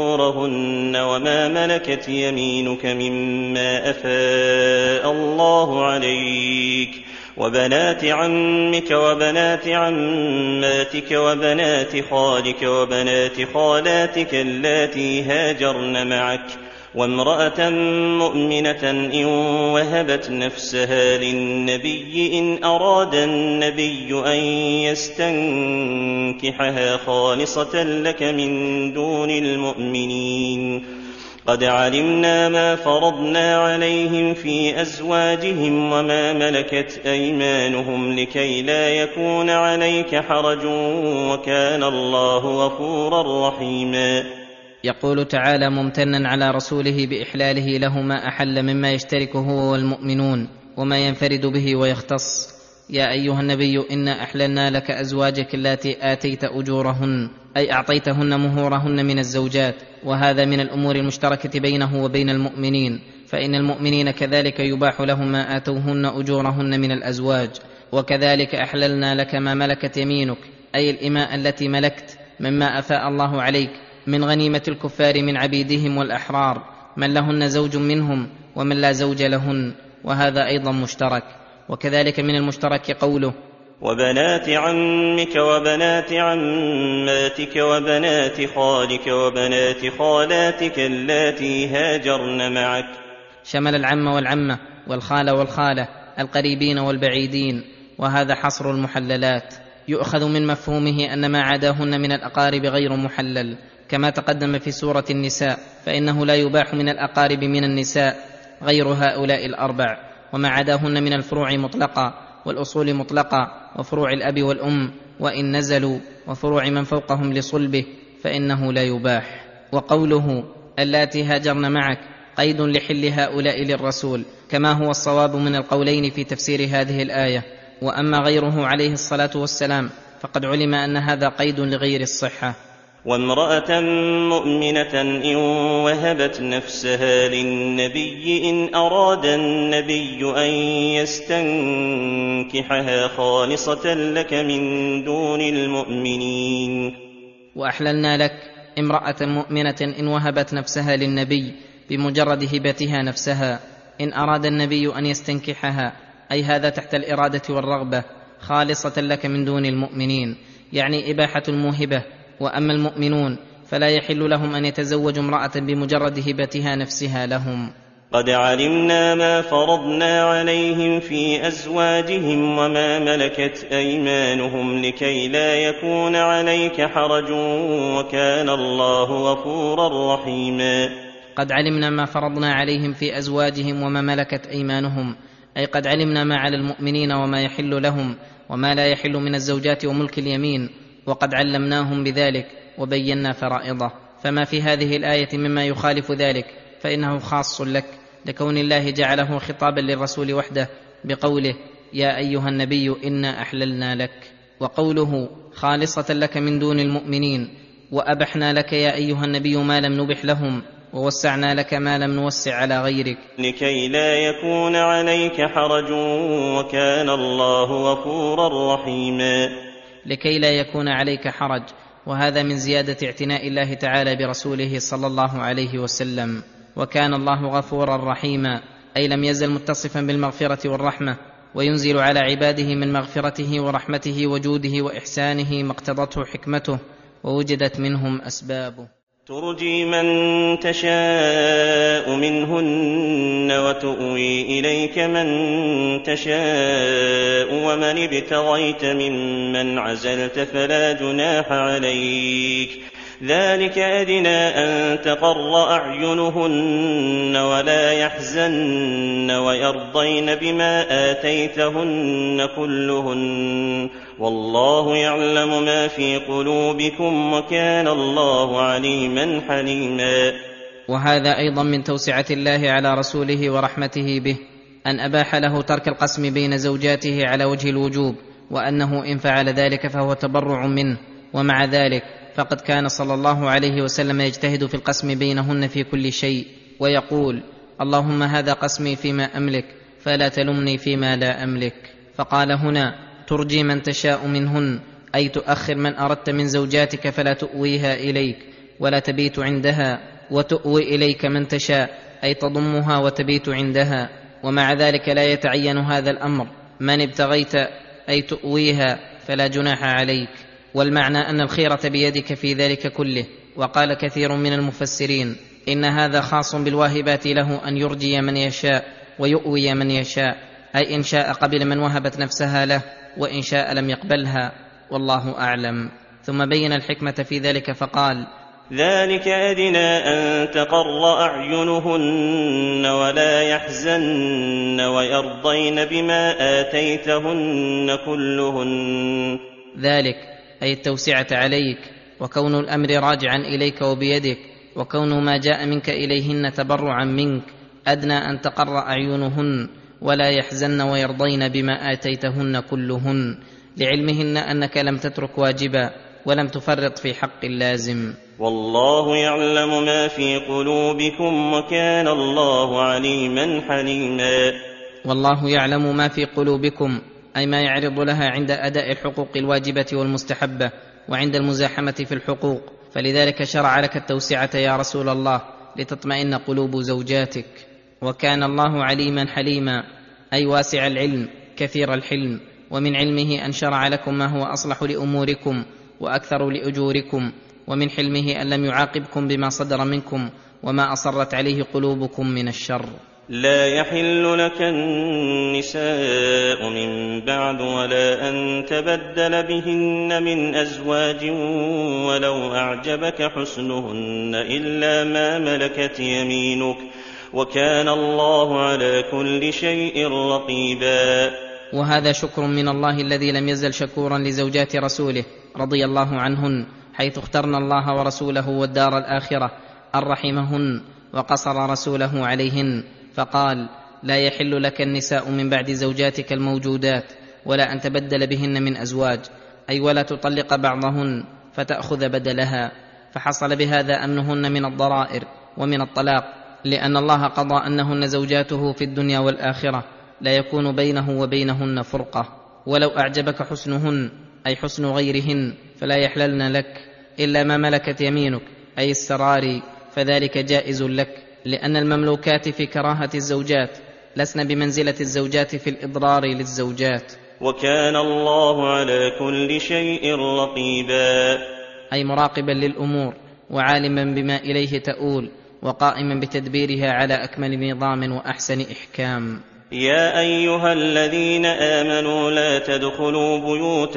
أجورهن وما ملكت يمينك مما أفاء الله عليك وبنات عمك وبنات عماتك وبنات خالك وبنات خالاتك اللاتي هاجرن معك وامرأة مؤمنة إن وهبت نفسها للنبي إن أراد النبي أن يستنكحها خالصة لك من دون المؤمنين. قد علمنا ما فرضنا عليهم في أزواجهم وما ملكت أيمانهم لكي لا يكون عليك حرج وكان الله غفورا رحيما. يقول تعالى ممتنا على رسوله بإحلاله له ما أحل مما يشترك هو والمؤمنون وما ينفرد به ويختص. يا أيها النبي إنا أحللنا لك أزواجك اللاتي آتيت أجورهن، أي أعطيتهن مهورهن من الزوجات، وهذا من الأمور المشتركة بينه وبين المؤمنين، فإن المؤمنين كذلك يباح لهم ما آتوهن أجورهن من الأزواج. وكذلك أحللنا لك ما ملكت يمينك، أي الإماء التي ملكت مما أفاء الله عليك من غنيمة الكفار من عبيدهم والأحرار، من لهن زوج منهم ومن لا زوج لهن، وهذا أيضا مشترك. وكذلك من المشترك قوله وبنات عمك وبنات عماتك وبنات خالك وبنات خالاتك اللاتي هاجرن معك، شمل العم والعمة والخال والخالة القريبين والبعيدين، وهذا حصر المحللات. يؤخذ من مفهومه أن ما عداهن من الأقارب غير محلل، كما تقدم في سورة النساء، فإنه لا يباح من الأقارب من النساء غير هؤلاء الأربع. وما عداهن من الفروع مطلقا، والأصول مطلقا، وفروع الأب والأم وإن نزلوا، وفروع من فوقهم لصلبه فإنه لا يباح. وقوله اللاتي هاجرن معك قيد لحل هؤلاء للرسول، كما هو الصواب من القولين في تفسير هذه الآية. وأما غيره عليه الصلاة والسلام فقد علم أن هذا قيد لغير الصحة. وامرأة مؤمنة إن وهبت نفسها للنبي إن أراد النبي أن يستنكحها خالصة لك من دون المؤمنين. وأحللنا لك امرأة مؤمنة إن وهبت نفسها للنبي بمجرد هبتها نفسها، إن أراد النبي أن يستنكحها، أي هذا تحت الإرادة والرغبة، خالصة لك من دون المؤمنين، يعني إباحة الموهبة. وأما المؤمنون فلا يحل لهم أن يتزوجوا امرأة بمجرد هبتها نفسها لهم. قد علمنا ما فرضنا عليهم في أزواجهم وما ملكت أيمانهم لكي لا يكون عليك حرج وكان الله غفورا رحيما. قد علمنا ما فرضنا عليهم في أزواجهم وما ملكت أيمانهم، أي قد علمنا ما على المؤمنين وما يحل لهم وما لا يحل من الزوجات وملك اليمين، وقد علمناهم بذلك وبينا فرائضه. فما في هذه الآية مما يخالف ذلك فإنه خاص لك، لكون الله جعله خطابا للرسول وحده بقوله يا أيها النبي إنا أحللنا لك، وقوله خالصة لك من دون المؤمنين، وأبحنا لك يا أيها النبي ما لم نبح لهم، ووسعنا لك ما لم نوسع على غيرك، لكي لا يكون عليك حرج وكان الله غفورا رحيما. لكي لا يكون عليك حرج، وهذا من زيادة اعتناء الله تعالى برسوله صلى الله عليه وسلم. وكان الله غفورا رحيما، أي لم يزل متصفا بالمغفرة والرحمة، وينزل على عباده من مغفرته ورحمته وجوده وإحسانه ما اقتضته حكمته ووجدت منهم أسبابه. ترجي من تشاء منهن وتؤوي إليك من تشاء ومن ابتغيت ممن عزلت فلا جناح عليك، ذلك أدنى أن تقر أعينهن ولا يحزن ويرضين بما آتيتهن كلهن، والله يعلم ما في قلوبكم وكان الله عليما حليما. وهذا أيضا من توسعة الله على رسوله ورحمته به، أن أباح له ترك القسم بين زوجاته على وجه الوجوب، وأنه إن فعل ذلك فهو تبرع منه. ومع ذلك فقد كان صلى الله عليه وسلم يجتهد في القسم بينهن في كل شيء، ويقول اللهم هذا قسمي فيما أملك فلا تلمني فيما لا أملك. فقال هنا ترجي من تشاء منهن، أي تؤخر من أردت من زوجاتك فلا تؤويها إليك ولا تبيت عندها، وتؤوي إليك من تشاء أي تضمها وتبيت عندها. ومع ذلك لا يتعين هذا الأمر، من ابتغيت أي تؤويها فلا جناح عليك. والمعنى أن الخيرة بيدك في ذلك كله. وقال كثير من المفسرين إن هذا خاص بالواهبات له أن يرجي من يشاء ويؤوي من يشاء، أي إن شاء قبل من وهبت نفسها له وإن شاء لم يقبلها، والله أعلم. ثم بين الحكمة في ذلك فقال ذلك أدنى أن تقر أعينهن ولا يحزن ويرضين بما آتيتهن كلهن. ذلك أي التوسعة عليك، وكون الأمر راجعا إليك وبيدك، وكون ما جاء منك إليهن تبرعا منك، أدنى أن تقر أعينهن ولا يحزن ويرضين بما آتيتهن كلهن، لعلمهن أنك لم تترك واجبا ولم تفرط في حق اللازم. والله يعلم ما في قلوبكم وكان الله عليما حليما. والله يعلم ما في قلوبكم، أي ما يعرض لها عند أداء الحقوق الواجبة والمستحبة وعند المزاحمة في الحقوق، فلذلك شرع لك التوسعة يا رسول الله لتطمئن قلوب زوجاتك. وكان الله عليما حليما، أي واسع العلم كثير الحلم، ومن علمه أن شرع لكم ما هو أصلح لأموركم وأكثر لأجوركم، ومن حلمه أن لم يعاقبكم بما صدر منكم وما أصرت عليه قلوبكم من الشر. لا يحل لك النساء من بعد ولا أن تبدل بهن من أزواج ولو أعجبك حسنهن إلا ما ملكت يمينك وكان الله على كل شيء رقيبا. وهذا شكر من الله الذي لم يزل شكورا لزوجات رسوله رضي الله عنهن، حيث اخترن الله ورسوله والدار الآخرة أن رحمهن وقصر رسوله عليهن، فقال: لا يحل لك النساء من بعد زوجاتك الموجودات، ولا أن تبدل بهن من أزواج، أي ولا تطلق بعضهن فتأخذ بدلها. فحصل بهذا أمنهن من الضرائر ومن الطلاق، لأن الله قضى أنهن زوجاته في الدنيا والآخرة، لا يكون بينه وبينهن فرقة. ولو أعجبك حسنهن أي حسن غيرهن فلا يحللن لك إلا ما ملكت يمينك أي السراري، فذلك جائز لك، لأن المملوكات في كراهة الزوجات لسن بمنزلة الزوجات في الإضرار للزوجات. وكان الله على كل شيء رقيبا، أي مراقبا للأمور وعالما بما إليه تؤول، وقائما بتدبيرها على أكمل نظام وأحسن إحكام. يا أيها الذين آمنوا لا تدخلوا بيوت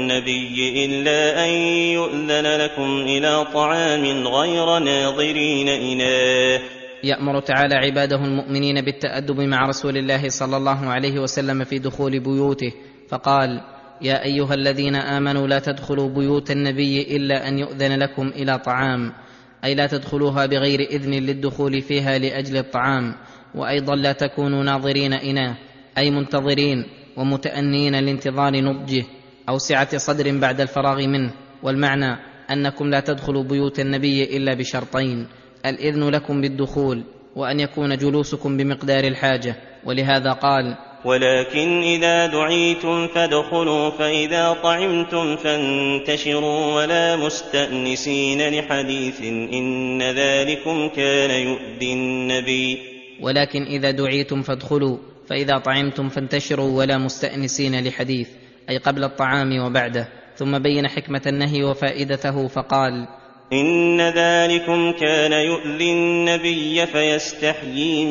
النبي إلا أن يؤذن لكم إلى طعام غير ناظرين إناه. يأمر تعالى عباده المؤمنين بالتأدب مع رسول الله صلى الله عليه وسلم في دخول بيوته، فقال: يا أيها الذين آمنوا لا تدخلوا بيوت النبي إلا أن يؤذن لكم إلى طعام، أي لا تدخلوها بغير إذن للدخول فيها لأجل الطعام. وأيضا لا تكونوا ناظرين إناه، أي منتظرين ومتأنين لانتظار نضجه أو سعة صدر بعد الفراغ منه. والمعنى أنكم لا تدخلوا بيوت النبي إلا بشرطين: الإذن لكم بالدخول، وأن يكون جلوسكم بمقدار الحاجة. ولهذا قال: ولكن إذا دعيتم فادخلوا فإذا طعمتم فانتشروا ولا مستأنسين لحديث إن ذلكم كان يؤذي النبي. ولكن إذا دعيتم فادخلوا فإذا طعمتم فانتشروا ولا مستأنسين لحديث، أي قبل الطعام وبعده. ثم بين حكمة النهي وفائدته فقال: إن ذلكم كان يؤذي النبي فيستحيي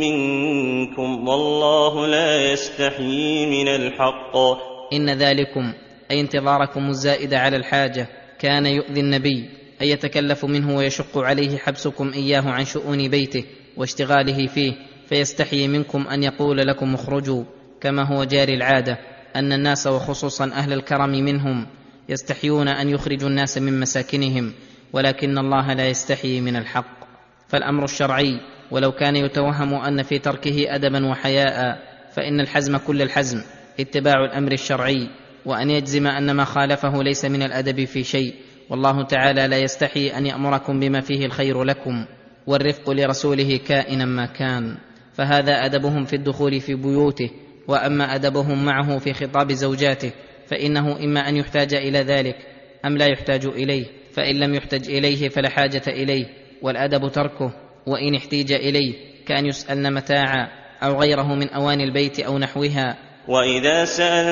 منكم والله لا يستحيي من الحق. إن ذلكم أي انتظاركم الزائد على الحاجة كان يؤذي النبي، أي يتكلف منه ويشق عليه حبسكم إياه عن شؤون بيته واشتغاله فيه، فيستحيي منكم أن يقول لكم اخرجوا، كما هو جاري العادة أن الناس وخصوصا أهل الكرم منهم يستحيون أن يخرجوا الناس من مساكنهم، ولكن الله لا يستحيي من الحق. فالأمر الشرعي ولو كان يتوهم أن في تركه أدبا وحياء، فإن الحزم كل الحزم اتباع الأمر الشرعي، وأن يجزم أن ما خالفه ليس من الأدب في شيء. والله تعالى لا يستحي أن يأمركم بما فيه الخير لكم والرفق لرسوله كائنا ما كان. فهذا أدبهم في الدخول في بيوته. وأما أدبهم معه في خطاب زوجاته فإنه إما أن يحتاج إلى ذلك أم لا يحتاج إليه، فإن لم يحتج إليه فلا حاجة إليه، والأدب تركه. وإن احتيج إليه كأن يسألن متاعا أو غيره من أواني البيت أو نحوها. وإذا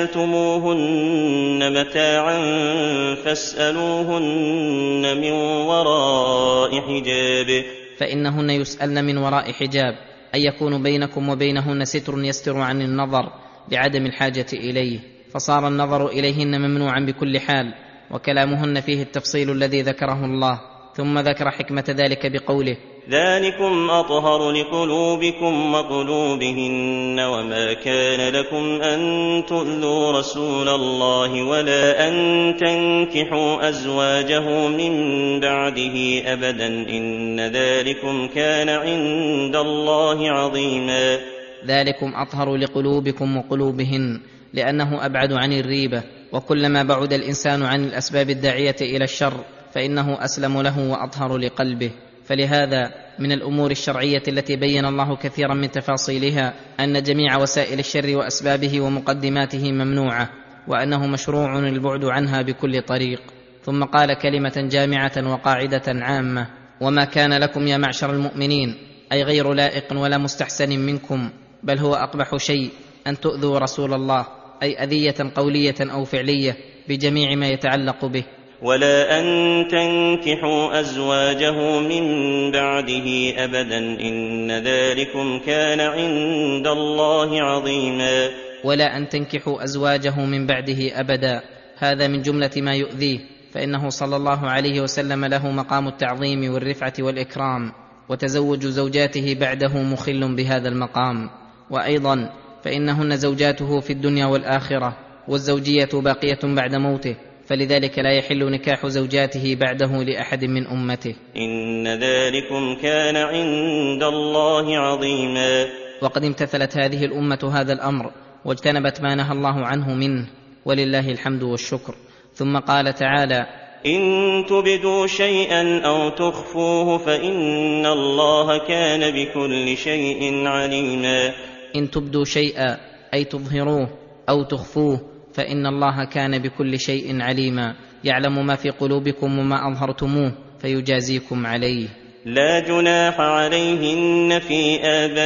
سألتموهن متاعا فاسألوهن من وراء حجاب، فإنهن يسألن من وراء حجاب، أي يكون بينكم وبينهن ستر يستر عن النظر لعدم الحاجة إليه، فصار النظر إليهن ممنوعا بكل حال. وكلامهن فيه التفصيل الذي ذكره الله، ثم ذكر حكمة ذلك بقوله: ذلكم أطهر لقلوبكم وقلوبهن وما كان لكم أن تؤذوا رسول الله ولا أن تنكحوا أزواجه من بعده أبدا إن ذلكم كان عند الله عظيما. ذلكم أطهر لقلوبكم وقلوبهن، لأنه أبعد عن الريبة، وكلما بعد الإنسان عن الأسباب الداعية إلى الشر فإنه أسلم له وأطهر لقلبه. فلهذا من الأمور الشرعية التي بين الله كثيرا من تفاصيلها أن جميع وسائل الشر وأسبابه ومقدماته ممنوعة، وأنه مشروع البعد عنها بكل طريق. ثم قال كلمة جامعة وقاعدة عامة: وما كان لكم يا معشر المؤمنين، أي غير لائق ولا مستحسن منكم، بل هو أقبح شيء أن تؤذوا رسول الله، أي أذية قولية أو فعلية بجميع ما يتعلق به. ولا أن تنكحوا أزواجه من بعده أبدا إن ذلكم كان عند الله عظيما. ولا أن تنكحوا أزواجه من بعده أبدا، هذا من جملة ما يؤذيه، فإنه صلى الله عليه وسلم له مقام التعظيم والرفعة والإكرام، وتزوج زوجاته بعده مخل بهذا المقام. وأيضا فإنهن زوجاته في الدنيا والآخرة، والزوجية باقية بعد موته، فلذلك لا يحل نكاح زوجاته بعده لأحد من أمته. إن ذلكم كان عند الله عظيما. وقد امتثلت هذه الأمة هذا الأمر واجتنبت ما نهى الله عنه منه، ولله الحمد والشكر. ثم قال تعالى: إن تبدوا شيئا أو تخفوه فإن الله كان بكل شيء عليما. إن تبدوا شيئا أي تظهروه أو تخفوه فإن الله كان بكل شيء عليما، يعلم ما في قلوبكم وما أظهرتموه فيجازيكم عليه. لا جناح عليهن في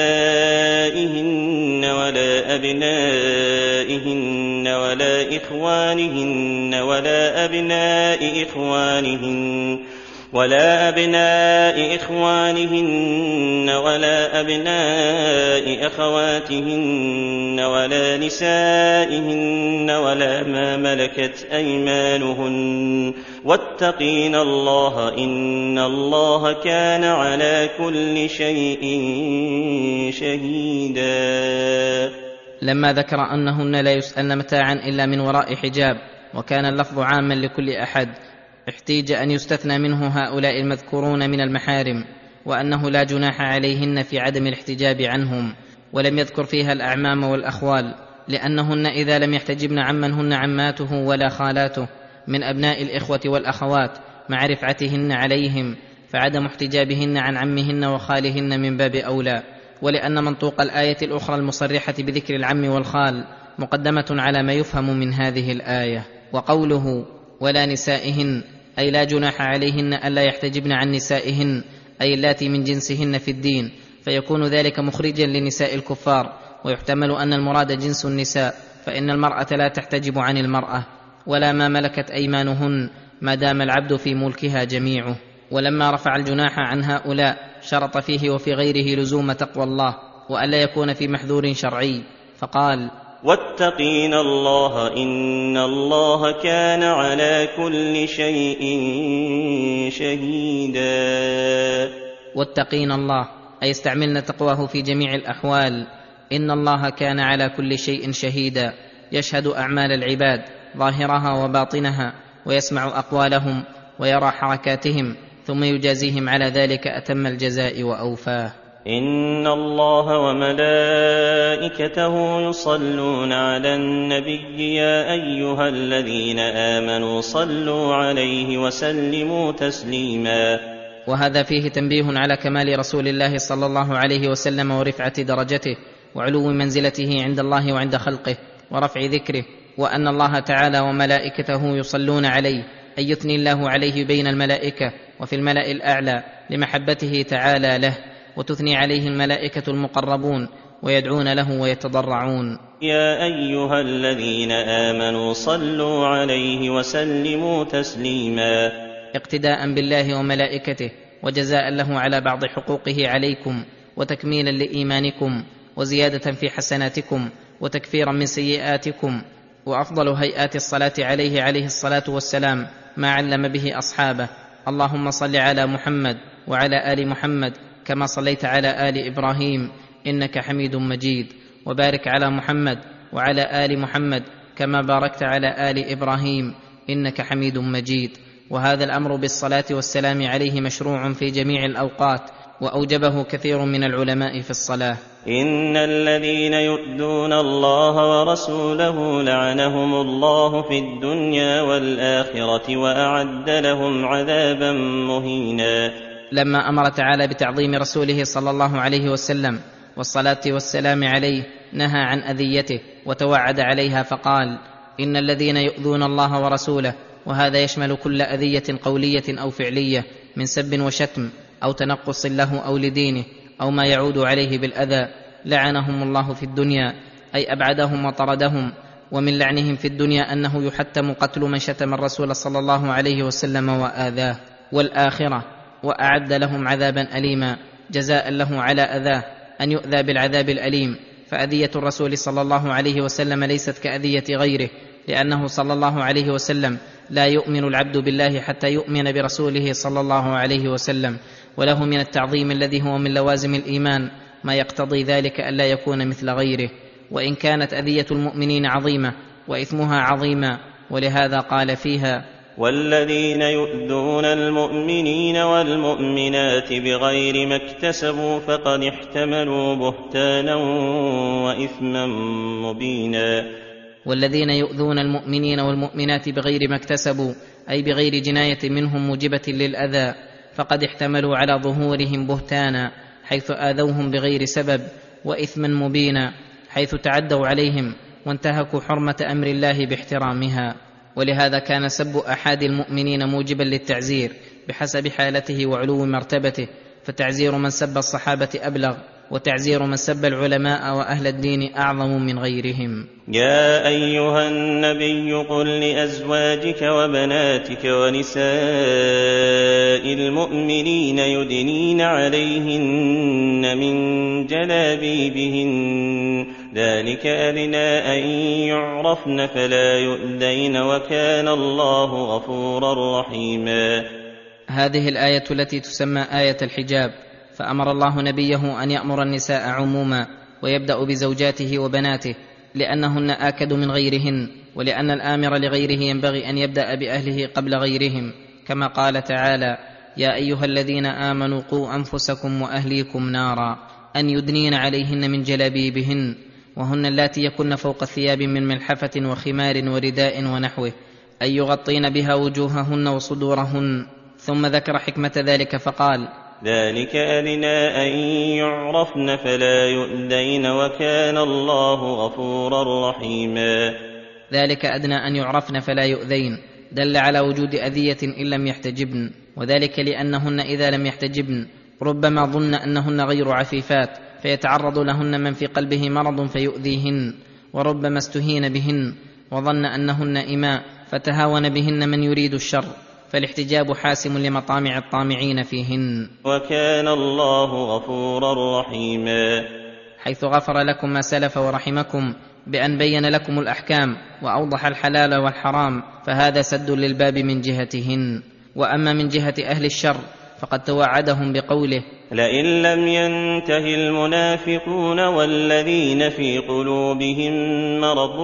آبائهن ولا أبنائهن ولا إخوانهن ولا أبناء إخوانهن ولا أبناء إخوانهن ولا أبناء أخواتهن ولا نسائهن ولا ما ملكت أيمانهن، واتقين الله إن الله كان على كل شيء شهيدا. لما ذكر أنهن لا يسألن متاعا إلا من وراء حجاب، وكان اللفظ عاما لكل أحد، احتيج أن يستثنى منه هؤلاء المذكورون من المحارم، وأنه لا جناح عليهن في عدم الاحتجاب عنهم، ولم يذكر فيها الأعمام والأخوال، لأنهن إذا لم يحتجبن عمن هن عماته ولا خالاته من أبناء الإخوة والأخوات مع رفعتهن عليهم، فعدم احتجابهن عن عمهن وخالهن من باب أولى. ولأن منطوق الآية الأخرى المصرحة بذكر العم والخال مقدمة على ما يفهم من هذه الآية. وقوله ولا نسائهن أي لا جناح عليهن ألا يحتجبن عن نسائهن، أي اللاتي من جنسهن في الدين، فيكون ذلك مخرجا لنساء الكفار. ويحتمل أن المراد جنس النساء، فإن المرأة لا تحتجب عن المرأة، ولا ما ملكت أيمانهن ما دام العبد في ملكها جميعه. ولما رفع الجناح عن هؤلاء شرط فيه وفي غيره لزوم تقوى الله، وألا يكون في محذور شرعي، فقال: واتقين الله إن الله كان على كل شيء شهيدا. واتقين الله أي استعملن تقواه في جميع الأحوال. إن الله كان على كل شيء شهيدا، يشهد أعمال العباد ظاهرها وباطنها، ويسمع أقوالهم ويرى حركاتهم، ثم يجازيهم على ذلك أتم الجزاء وأوفاه. إن الله وملائكته يصلون على النبي يا أيها الذين آمنوا صلوا عليه وسلموا تسليما. وهذا فيه تنبيه على كمال رسول الله صلى الله عليه وسلم ورفعة درجته وعلو منزلته عند الله وعند خلقه ورفع ذكره، وأن الله تعالى وملائكته يصلون عليه، أي يثني الله عليه بين الملائكة وفي الملأ الأعلى لمحبته تعالى له، وتثني عليه الملائكة المقربون ويدعون له ويتضرعون. يا أيها الذين آمنوا صلوا عليه وسلموا تسليما. اقتداء بالله وملائكته وجزاء له على بعض حقوقه عليكم، وتكميلا لإيمانكم، وزيادة في حسناتكم، وتكفيرا من سيئاتكم. وأفضل هيئات الصلاة عليه عليه الصلاة والسلام ما علم به أصحابه: اللهم صل على محمد وعلى آل محمد كما صليت على آل إبراهيم إنك حميد مجيد، وبارك على محمد وعلى آل محمد كما باركت على آل إبراهيم إنك حميد مجيد. وهذا الأمر بالصلاة والسلام عليه مشروع في جميع الأوقات، وأوجبه كثير من العلماء في الصلاة. إن الذين يؤذون الله ورسوله لعنهم الله في الدنيا والآخرة وأعد لهم عذابا مهينا. لما أمر تعالى بتعظيم رسوله صلى الله عليه وسلم والصلاة والسلام عليه نهى عن أذيته وتوعد عليها، فقال: إن الذين يؤذون الله ورسوله، وهذا يشمل كل أذية قولية أو فعلية من سب وشتم أو تنقص له أو لدينه أو ما يعود عليه بالأذى، لعنهم الله في الدنيا، أي أبعدهم وطردهم. ومن لعنهم في الدنيا أنه يحتم قتل من شتم الرسول صلى الله عليه وسلم وآذاه، والآخرة وأعد لهم عذابا أليما جزاء له على أذاه أن يؤذى بالعذاب الأليم. فأذية الرسول صلى الله عليه وسلم ليست كأذية غيره، لأنه صلى الله عليه وسلم لا يؤمن العبد بالله حتى يؤمن برسوله صلى الله عليه وسلم، وله من التعظيم الذي هو من لوازم الإيمان ما يقتضي ذلك ألا يكون مثل غيره، وإن كانت أذية المؤمنين عظيمة وإثمها عظيما، ولهذا قال فيها: والذين يؤذون المؤمنين والمؤمنات بغير ما اكتسبوا فقد احتملوا بهتانا وإثما مبينا. والذين يؤذون المؤمنين والمؤمنات بغير ما اكتسبوا أي بغير جناية منهم موجبة للأذى، فقد احتملوا على ظهورهم بهتانا حيث آذوهم بغير سبب، وإثما مبينا حيث تعدوا عليهم وانتهكوا حرمة أمر الله باحترامها. ولهذا كان سب أحد المؤمنين موجبا للتعزير بحسب حالته وعلو مرتبته، فتعزير من سب الصحابة أبلغ، وتعزير من سب العلماء وأهل الدين أعظم من غيرهم. يا أيها النبي قل لأزواجك وبناتك ونساء المؤمنين يدنين عليهن من جلابيبهن ذلك أدنى أن يعرفن فلا يؤذين وكان الله غفورا رحيما. هذه الآية التي تسمى آية الحجاب، فأمر الله نبيه أن يأمر النساء عموما، ويبدأ بزوجاته وبناته لأنهن آكد من غيرهن، ولأن الآمر لغيره ينبغي أن يبدأ بأهله قبل غيرهم، كما قال تعالى: يا أيها الذين آمنوا قوا أنفسكم وأهليكم نارا، أن يدنين عليهن من جلابيبهن، وهن اللاتي يكن فوق الثياب من ملحفة وخمار ورداء ونحوه، أن يغطين بها وجوههن وصدورهن. ثم ذكر حكمة ذلك فقال: ذلك أدنى أن يعرفن فلا يؤذين وكان الله غفورا رحيما. ذلك أدنى أن يعرفن فلا يؤذين دل على وجود أذية إن لم يحتجبن، وذلك لأنهن إذا لم يحتجبن ربما ظن أنهن غير عفيفات فيتعرض لهن من في قلبه مرض فيؤذيهن، وربما استهين بهن وظن أنهن إماء فتهاون بهن من يريد الشر، فالاحتجاب حاسم لمطامع الطامعين فيهن. وكان الله غفورا رحيما، حيث غفر لكم ما سلف ورحمكم بأن بين لكم الأحكام وأوضح الحلال والحرام، فهذا سد للباب من جهتهن. وأما من جهة أهل الشر فقد توعدهم بقوله: لئن لم ينته المنافقون والذين في قلوبهم مرض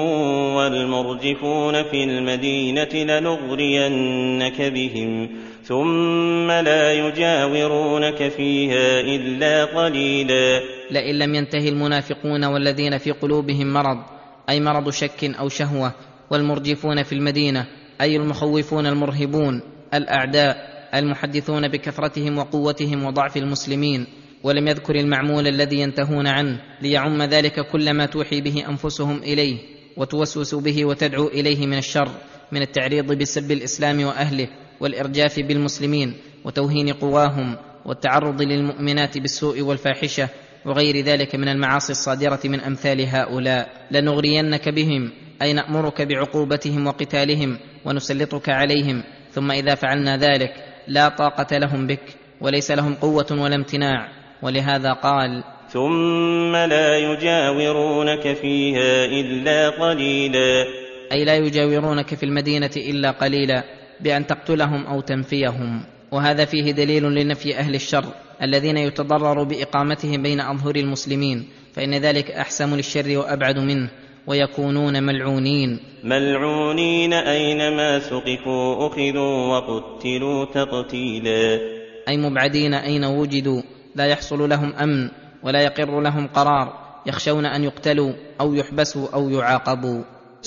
والمرجفون في المدينة لنغرينك بهم ثم لا يجاورونك فيها إلا قليلا. لئن لم ينته المنافقون والذين في قلوبهم مرض أي مرض شك أو شهوة، والمرجفون في المدينة أي المخوفون المرهبون الأعداء المحدثون بكثرتهم وقوتهم وضعف المسلمين، ولم يذكر المعمول الذي ينتهون عنه ليعم ذلك كل ما توحي به أنفسهم إليه وتوسوس به وتدعو إليه من الشر، من التعريض بسب الإسلام وأهله والإرجاف بالمسلمين وتوهين قواهم والتعرض للمؤمنات بالسوء والفاحشة وغير ذلك من المعاصي الصادرة من أمثال هؤلاء. لنغرينك بهم أي نأمرك بعقوبتهم وقتالهم ونسلطك عليهم، ثم إذا فعلنا ذلك لا طاقة لهم بك وليس لهم قوة ولا امتناع. ولهذا قال: ثم لا يجاورونك فيها إلا قليلا، أي لا يجاورونك في المدينة إلا قليلا، بأن تقتلهم أو تنفيهم. وهذا فيه دليل لنفي أهل الشر الذين يتضرر بإقامتهم بين أظهر المسلمين، فإن ذلك أحسم للشر وأبعد منه، ويكونون ملعونين. ملعونين أينما ثقفوا أخذوا وقتلوا تقتيلا، أي مبعدين أين وجدوا، لا يحصل لهم أمن ولا يقر لهم قرار، يخشون أن يقتلوا أو يحبسوا أو يعاقبوا.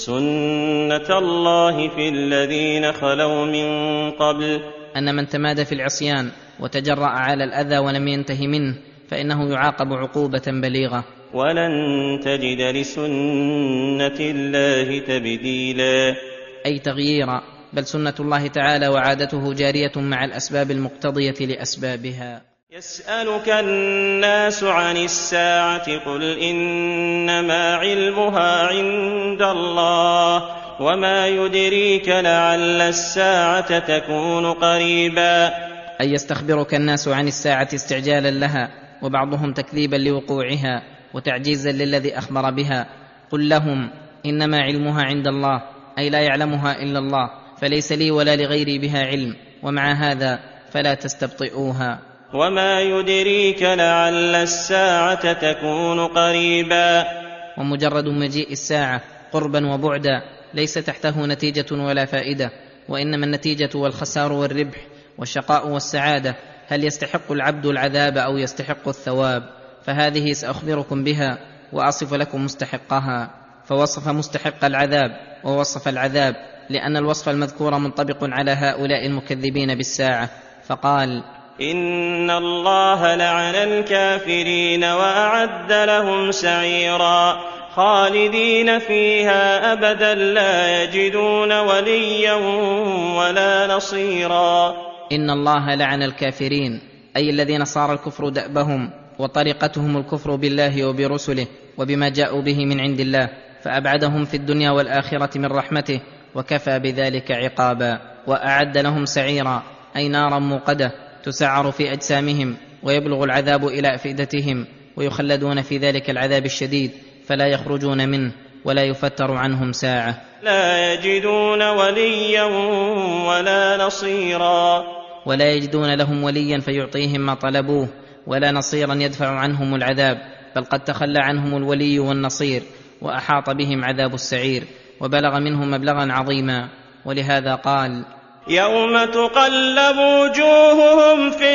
سنة الله في الذين خلوا من قبل، أن من تمادى في العصيان وتجرأ على الأذى ولم ينته منه فإنه يعاقب عقوبة بليغة. ولن تجد لسنة الله تبديلا، أي تغييرا، بل سنة الله تعالى وعادته جارية مع الأسباب المقتضية لأسبابها. يسألك الناس عن الساعة قل إنما علمها عند الله وما يدريك لعل الساعة تكون قريبا. أي يستخبرك الناس عن الساعة استعجالا لها، وبعضهم تكذيبا لوقوعها وتعجيزا للذي أخبر بها. قل لهم إنما علمها عند الله، أي لا يعلمها إلا الله، فليس لي ولا لغيري بها علم، ومع هذا فلا تستبطئوها. وما يدريك لعل الساعة تكون قريبا. ومجرد مجيء الساعة قربا وبعدا ليس تحته نتيجة ولا فائدة، وإنما النتيجة والخسار والربح والشقاء والسعادة. هل يستحق العبد العذاب أو يستحق الثواب؟ فهذه سأخبركم بها وأصف لكم مستحقها. فوصف مستحق العذاب ووصف العذاب، لأن الوصف المذكور منطبق على هؤلاء المكذبين بالساعة، فقال: إن الله لعن الكافرين وأعد لهم سعيرا خالدين فيها أبدا لا يجدون وليا ولا نصيرا. إن الله لعن الكافرين، أي الذين صار الكفر دأبهم وطريقتهم الكفر بالله وبرسله وبما جاءوا به من عند الله، فأبعدهم في الدنيا والآخرة من رحمته، وكفى بذلك عقابا. وأعد لهم سعيرا، أي نارا موقدة تسعر في أجسامهم، ويبلغ العذاب إلى أفئدتهم، ويخلدون في ذلك العذاب الشديد فلا يخرجون منه ولا يفتر عنهم ساعة. لا يجدون وليا ولا نصيرا. ولا يجدون لهم وليا فيعطيهم ما طلبوه، ولا نصيرا يدفع عنهم العذاب، بل قد تخلى عنهم الولي والنصير، وأحاط بهم عذاب السعير، وبلغ منهم مبلغا عظيما. ولهذا قال: يوم تقلب وجوههم في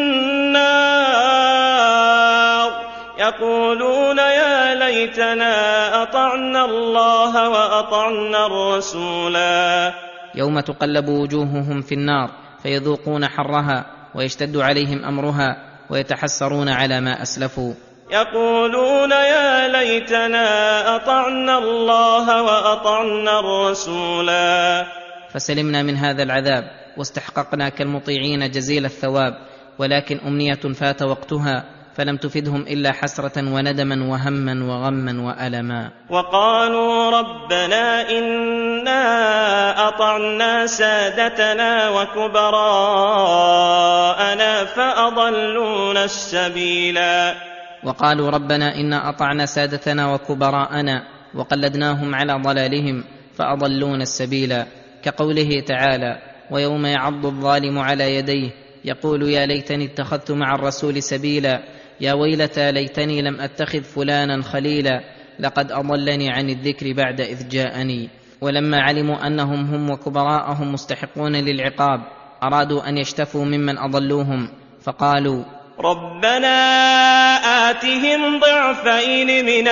النار يقولون يا ليتنا أطعنا الله وأطعنا الرسولا. يوم تقلب وجوههم في النار فيذوقون حرها ويشتد عليهم أمرها ويتحسرون على ما أسلفوا. يقولون يا ليتنا أطعنا الله وأطعنا الرسولا. فسلمنا من هذا العذاب واستحققنا كالمطيعين جزيل الثواب، ولكن أمنية فات وقتها فلم تفدهم إلا حسرة وندما وهما وغما وألما. وقالوا ربنا إنا أطعنا سادتنا وكبراءنا فأضلونا السبيلا. وقالوا ربنا إنا أطعنا سادتنا وكبراءنا وقلدناهم على ضلالهم فأضلونا السبيلا، كقوله تعالى: ويوم يعض الظالم على يديه يقول يا ليتني اتخذت مع الرسول سبيلا، يا ويلتى ليتني لم أتخذ فلانا خليلا، لقد أضلني عن الذكر بعد إذ جاءني. ولما علموا أنهم هم وكبراءهم مستحقون للعقاب أرادوا أن يشتفوا ممن أضلوهم، فقالوا ربنا آتهم ضعفين من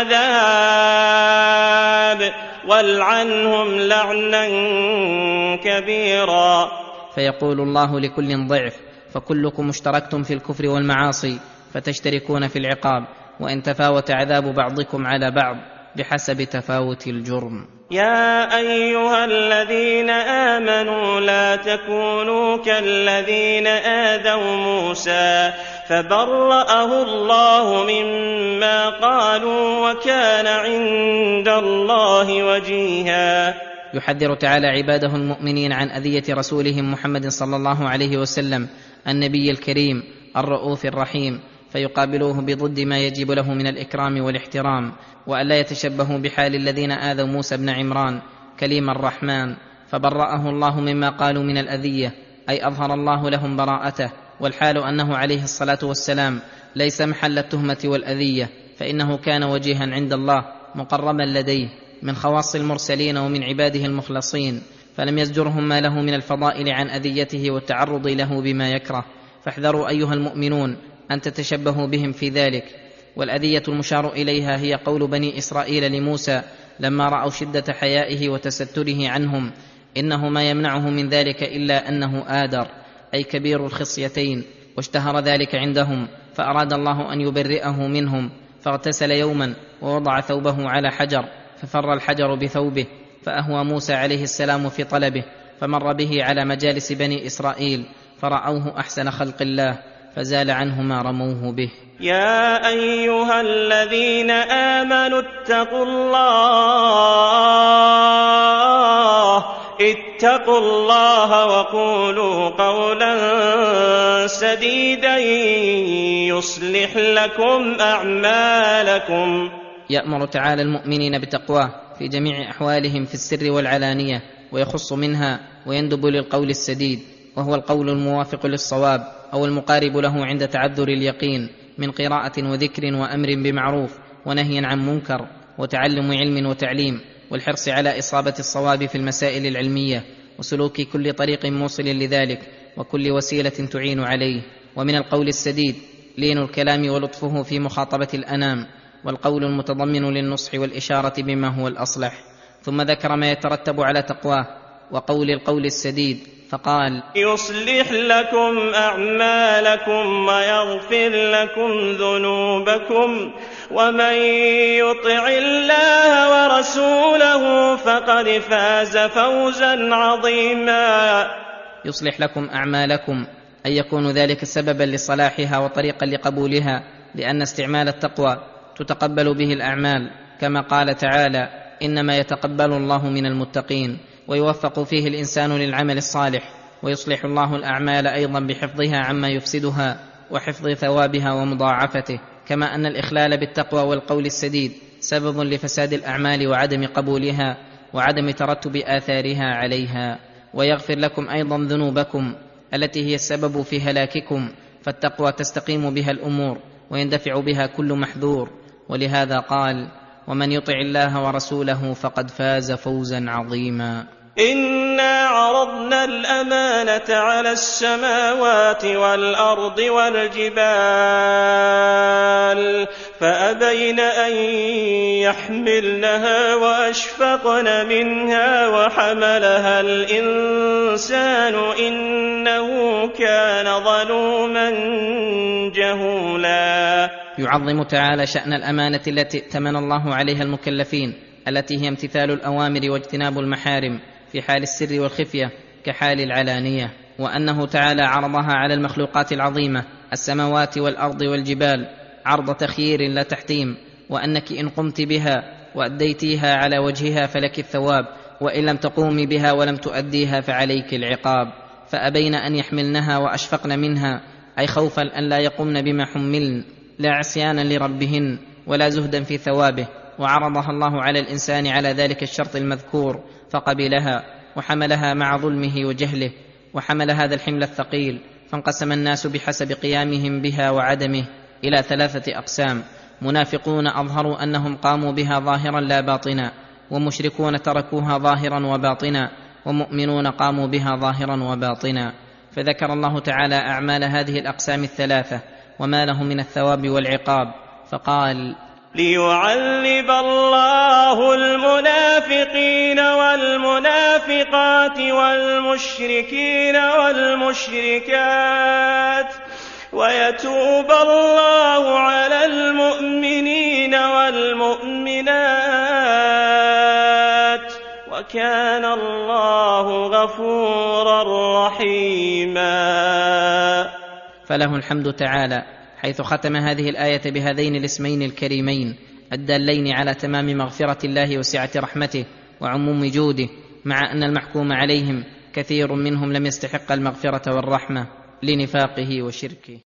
العذاب والعنهم لعنا كبيرا. فيقول الله لكل ضعف، فكلكم اشتركتم في الكفر والمعاصي فتشتركون في العقاب، وإن تفاوت عذاب بعضكم على بعض بحسب تفاوت الجرم. يا أيها الذين آمنوا لا تكونوا كالذين آذوا موسى فبرأه الله مما قالوا وكان عند الله وجيها. يحذر تعالى عباده المؤمنين عن أذية رسولهم محمد صلى الله عليه وسلم النبي الكريم الرؤوف الرحيم، فيقابلوه بضد ما يجب له من الإكرام والاحترام، وألا يتشبهوا بحال الذين آذوا موسى بن عمران كليم الرحمن، فبرأه الله مما قالوا من الأذية، أي أظهر الله لهم براءته، والحال أنه عليه الصلاة والسلام ليس محل التهمة والأذية، فإنه كان وجيها عند الله مقربا لديه من خواص المرسلين ومن عباده المخلصين، فلم يزجرهم ما له من الفضائل عن أذيته والتعرض له بما يكره. فاحذروا أيها المؤمنون أن تتشبهوا بهم في ذلك. والأذية المشار إليها هي قول بني إسرائيل لموسى لما رأوا شدة حيائه وتستره عنهم: إنه ما يمنعه من ذلك إلا أنه آدر، أي كبير الخصيتين، واشتهر ذلك عندهم، فأراد الله أن يبرئه منهم، فاغتسل يوما ووضع ثوبه على حجر ففر الحجر بثوبه، فأهوى موسى عليه السلام في طلبه، فمر به على مجالس بني إسرائيل فرأوه أحسن خلق الله فزال عنه ما رموه به. يا أيها الذين آمنوا اتقوا الله اتقوا الله وقولوا قولا سديدا يصلح لكم أعمالكم. يأمر تعالى المؤمنين بتقواه في جميع أحوالهم في السر والعلانية، ويخص منها ويندب للقول السديد، وهو القول الموافق للصواب أو المقارب له عند تعذر اليقين، من قراءة وذكر وأمر بمعروف ونهي عن منكر وتعلم علم وتعليم، والحرص على إصابة الصواب في المسائل العلمية، وسلوك كل طريق موصل لذلك وكل وسيلة تعين عليه. ومن القول السديد لين الكلام ولطفه في مخاطبة الأنام، والقول المتضمن للنصح والإشارة بما هو الأصلح. ثم ذكر ما يترتب على تقواه وقول القول السديد فقال: يصلح لكم أعمالكم ويغفر لكم ذنوبكم، ومن يطع الله ورسوله فقد فاز فوزا عظيما. يصلح لكم أعمالكم، أن يكون ذلك سببا لصلاحها وطريقا لقبولها، لأن استعمال التقوى تتقبل به الأعمال، كما قال تعالى: إنما يتقبل الله من المتقين، ويوفق فيه الإنسان للعمل الصالح، ويصلح الله الأعمال أيضا بحفظها عما يفسدها وحفظ ثوابها ومضاعفته، كما أن الإخلال بالتقوى والقول السديد سبب لفساد الأعمال وعدم قبولها وعدم ترتب آثارها عليها. ويغفر لكم أيضا ذنوبكم التي هي السبب في هلاككم، فالتقوى تستقيم بها الأمور ويندفع بها كل محذور، ولهذا قال: ومن يطع الله ورسوله فقد فاز فوزا عظيما. إنا عرضنا الأمانة على السماوات والأرض والجبال فأبين أن يحملنها وأشفقن منها وحملها الإنسان إنه كان ظلوما جهولا. يعظم تعالى شأن الأمانة التي ائتمن الله عليها المكلفين، التي هي امتثال الأوامر واجتناب المحارم في حال السر والخفية كحال العلانية، وأنه تعالى عرضها على المخلوقات العظيمة السماوات والأرض والجبال عرض تخيير لا تحتيم، وأنك إن قمت بها وأديتيها على وجهها فلك الثواب، وإن لم تقومي بها ولم تؤديها فعليك العقاب. فأبين أن يحملنها وأشفقن منها، أي خوفا أن لا يقمن بما حملن، لا عصيانا لربهن ولا زهدا في ثوابه، وعرضها الله على الإنسان على ذلك الشرط المذكور فقبلها وحملها مع ظلمه وجهله، وحمل هذا الحمل الثقيل، فانقسم الناس بحسب قيامهم بها وعدمه إلى ثلاثة أقسام: منافقون أظهروا أنهم قاموا بها ظاهرا لا باطنا، ومشركون تركوها ظاهرا وباطنا، ومؤمنون قاموا بها ظاهرا وباطنا. فذكر الله تعالى أعمال هذه الأقسام الثلاثة وما له من الثواب والعقاب، فقال: ليعذب الله المنافقين والمنافقات والمشركين والمشركات، ويتوب الله على المؤمنين والمؤمنات، وكان الله غفورا رحيما. فله الحمد تعالى حيث ختم هذه الآية بهذين الاسمين الكريمين الدالين على تمام مغفرة الله وسعة رحمته وعموم جوده، مع أن المحكوم عليهم كثير منهم لم يستحق المغفرة والرحمة لنفاقه وشركه.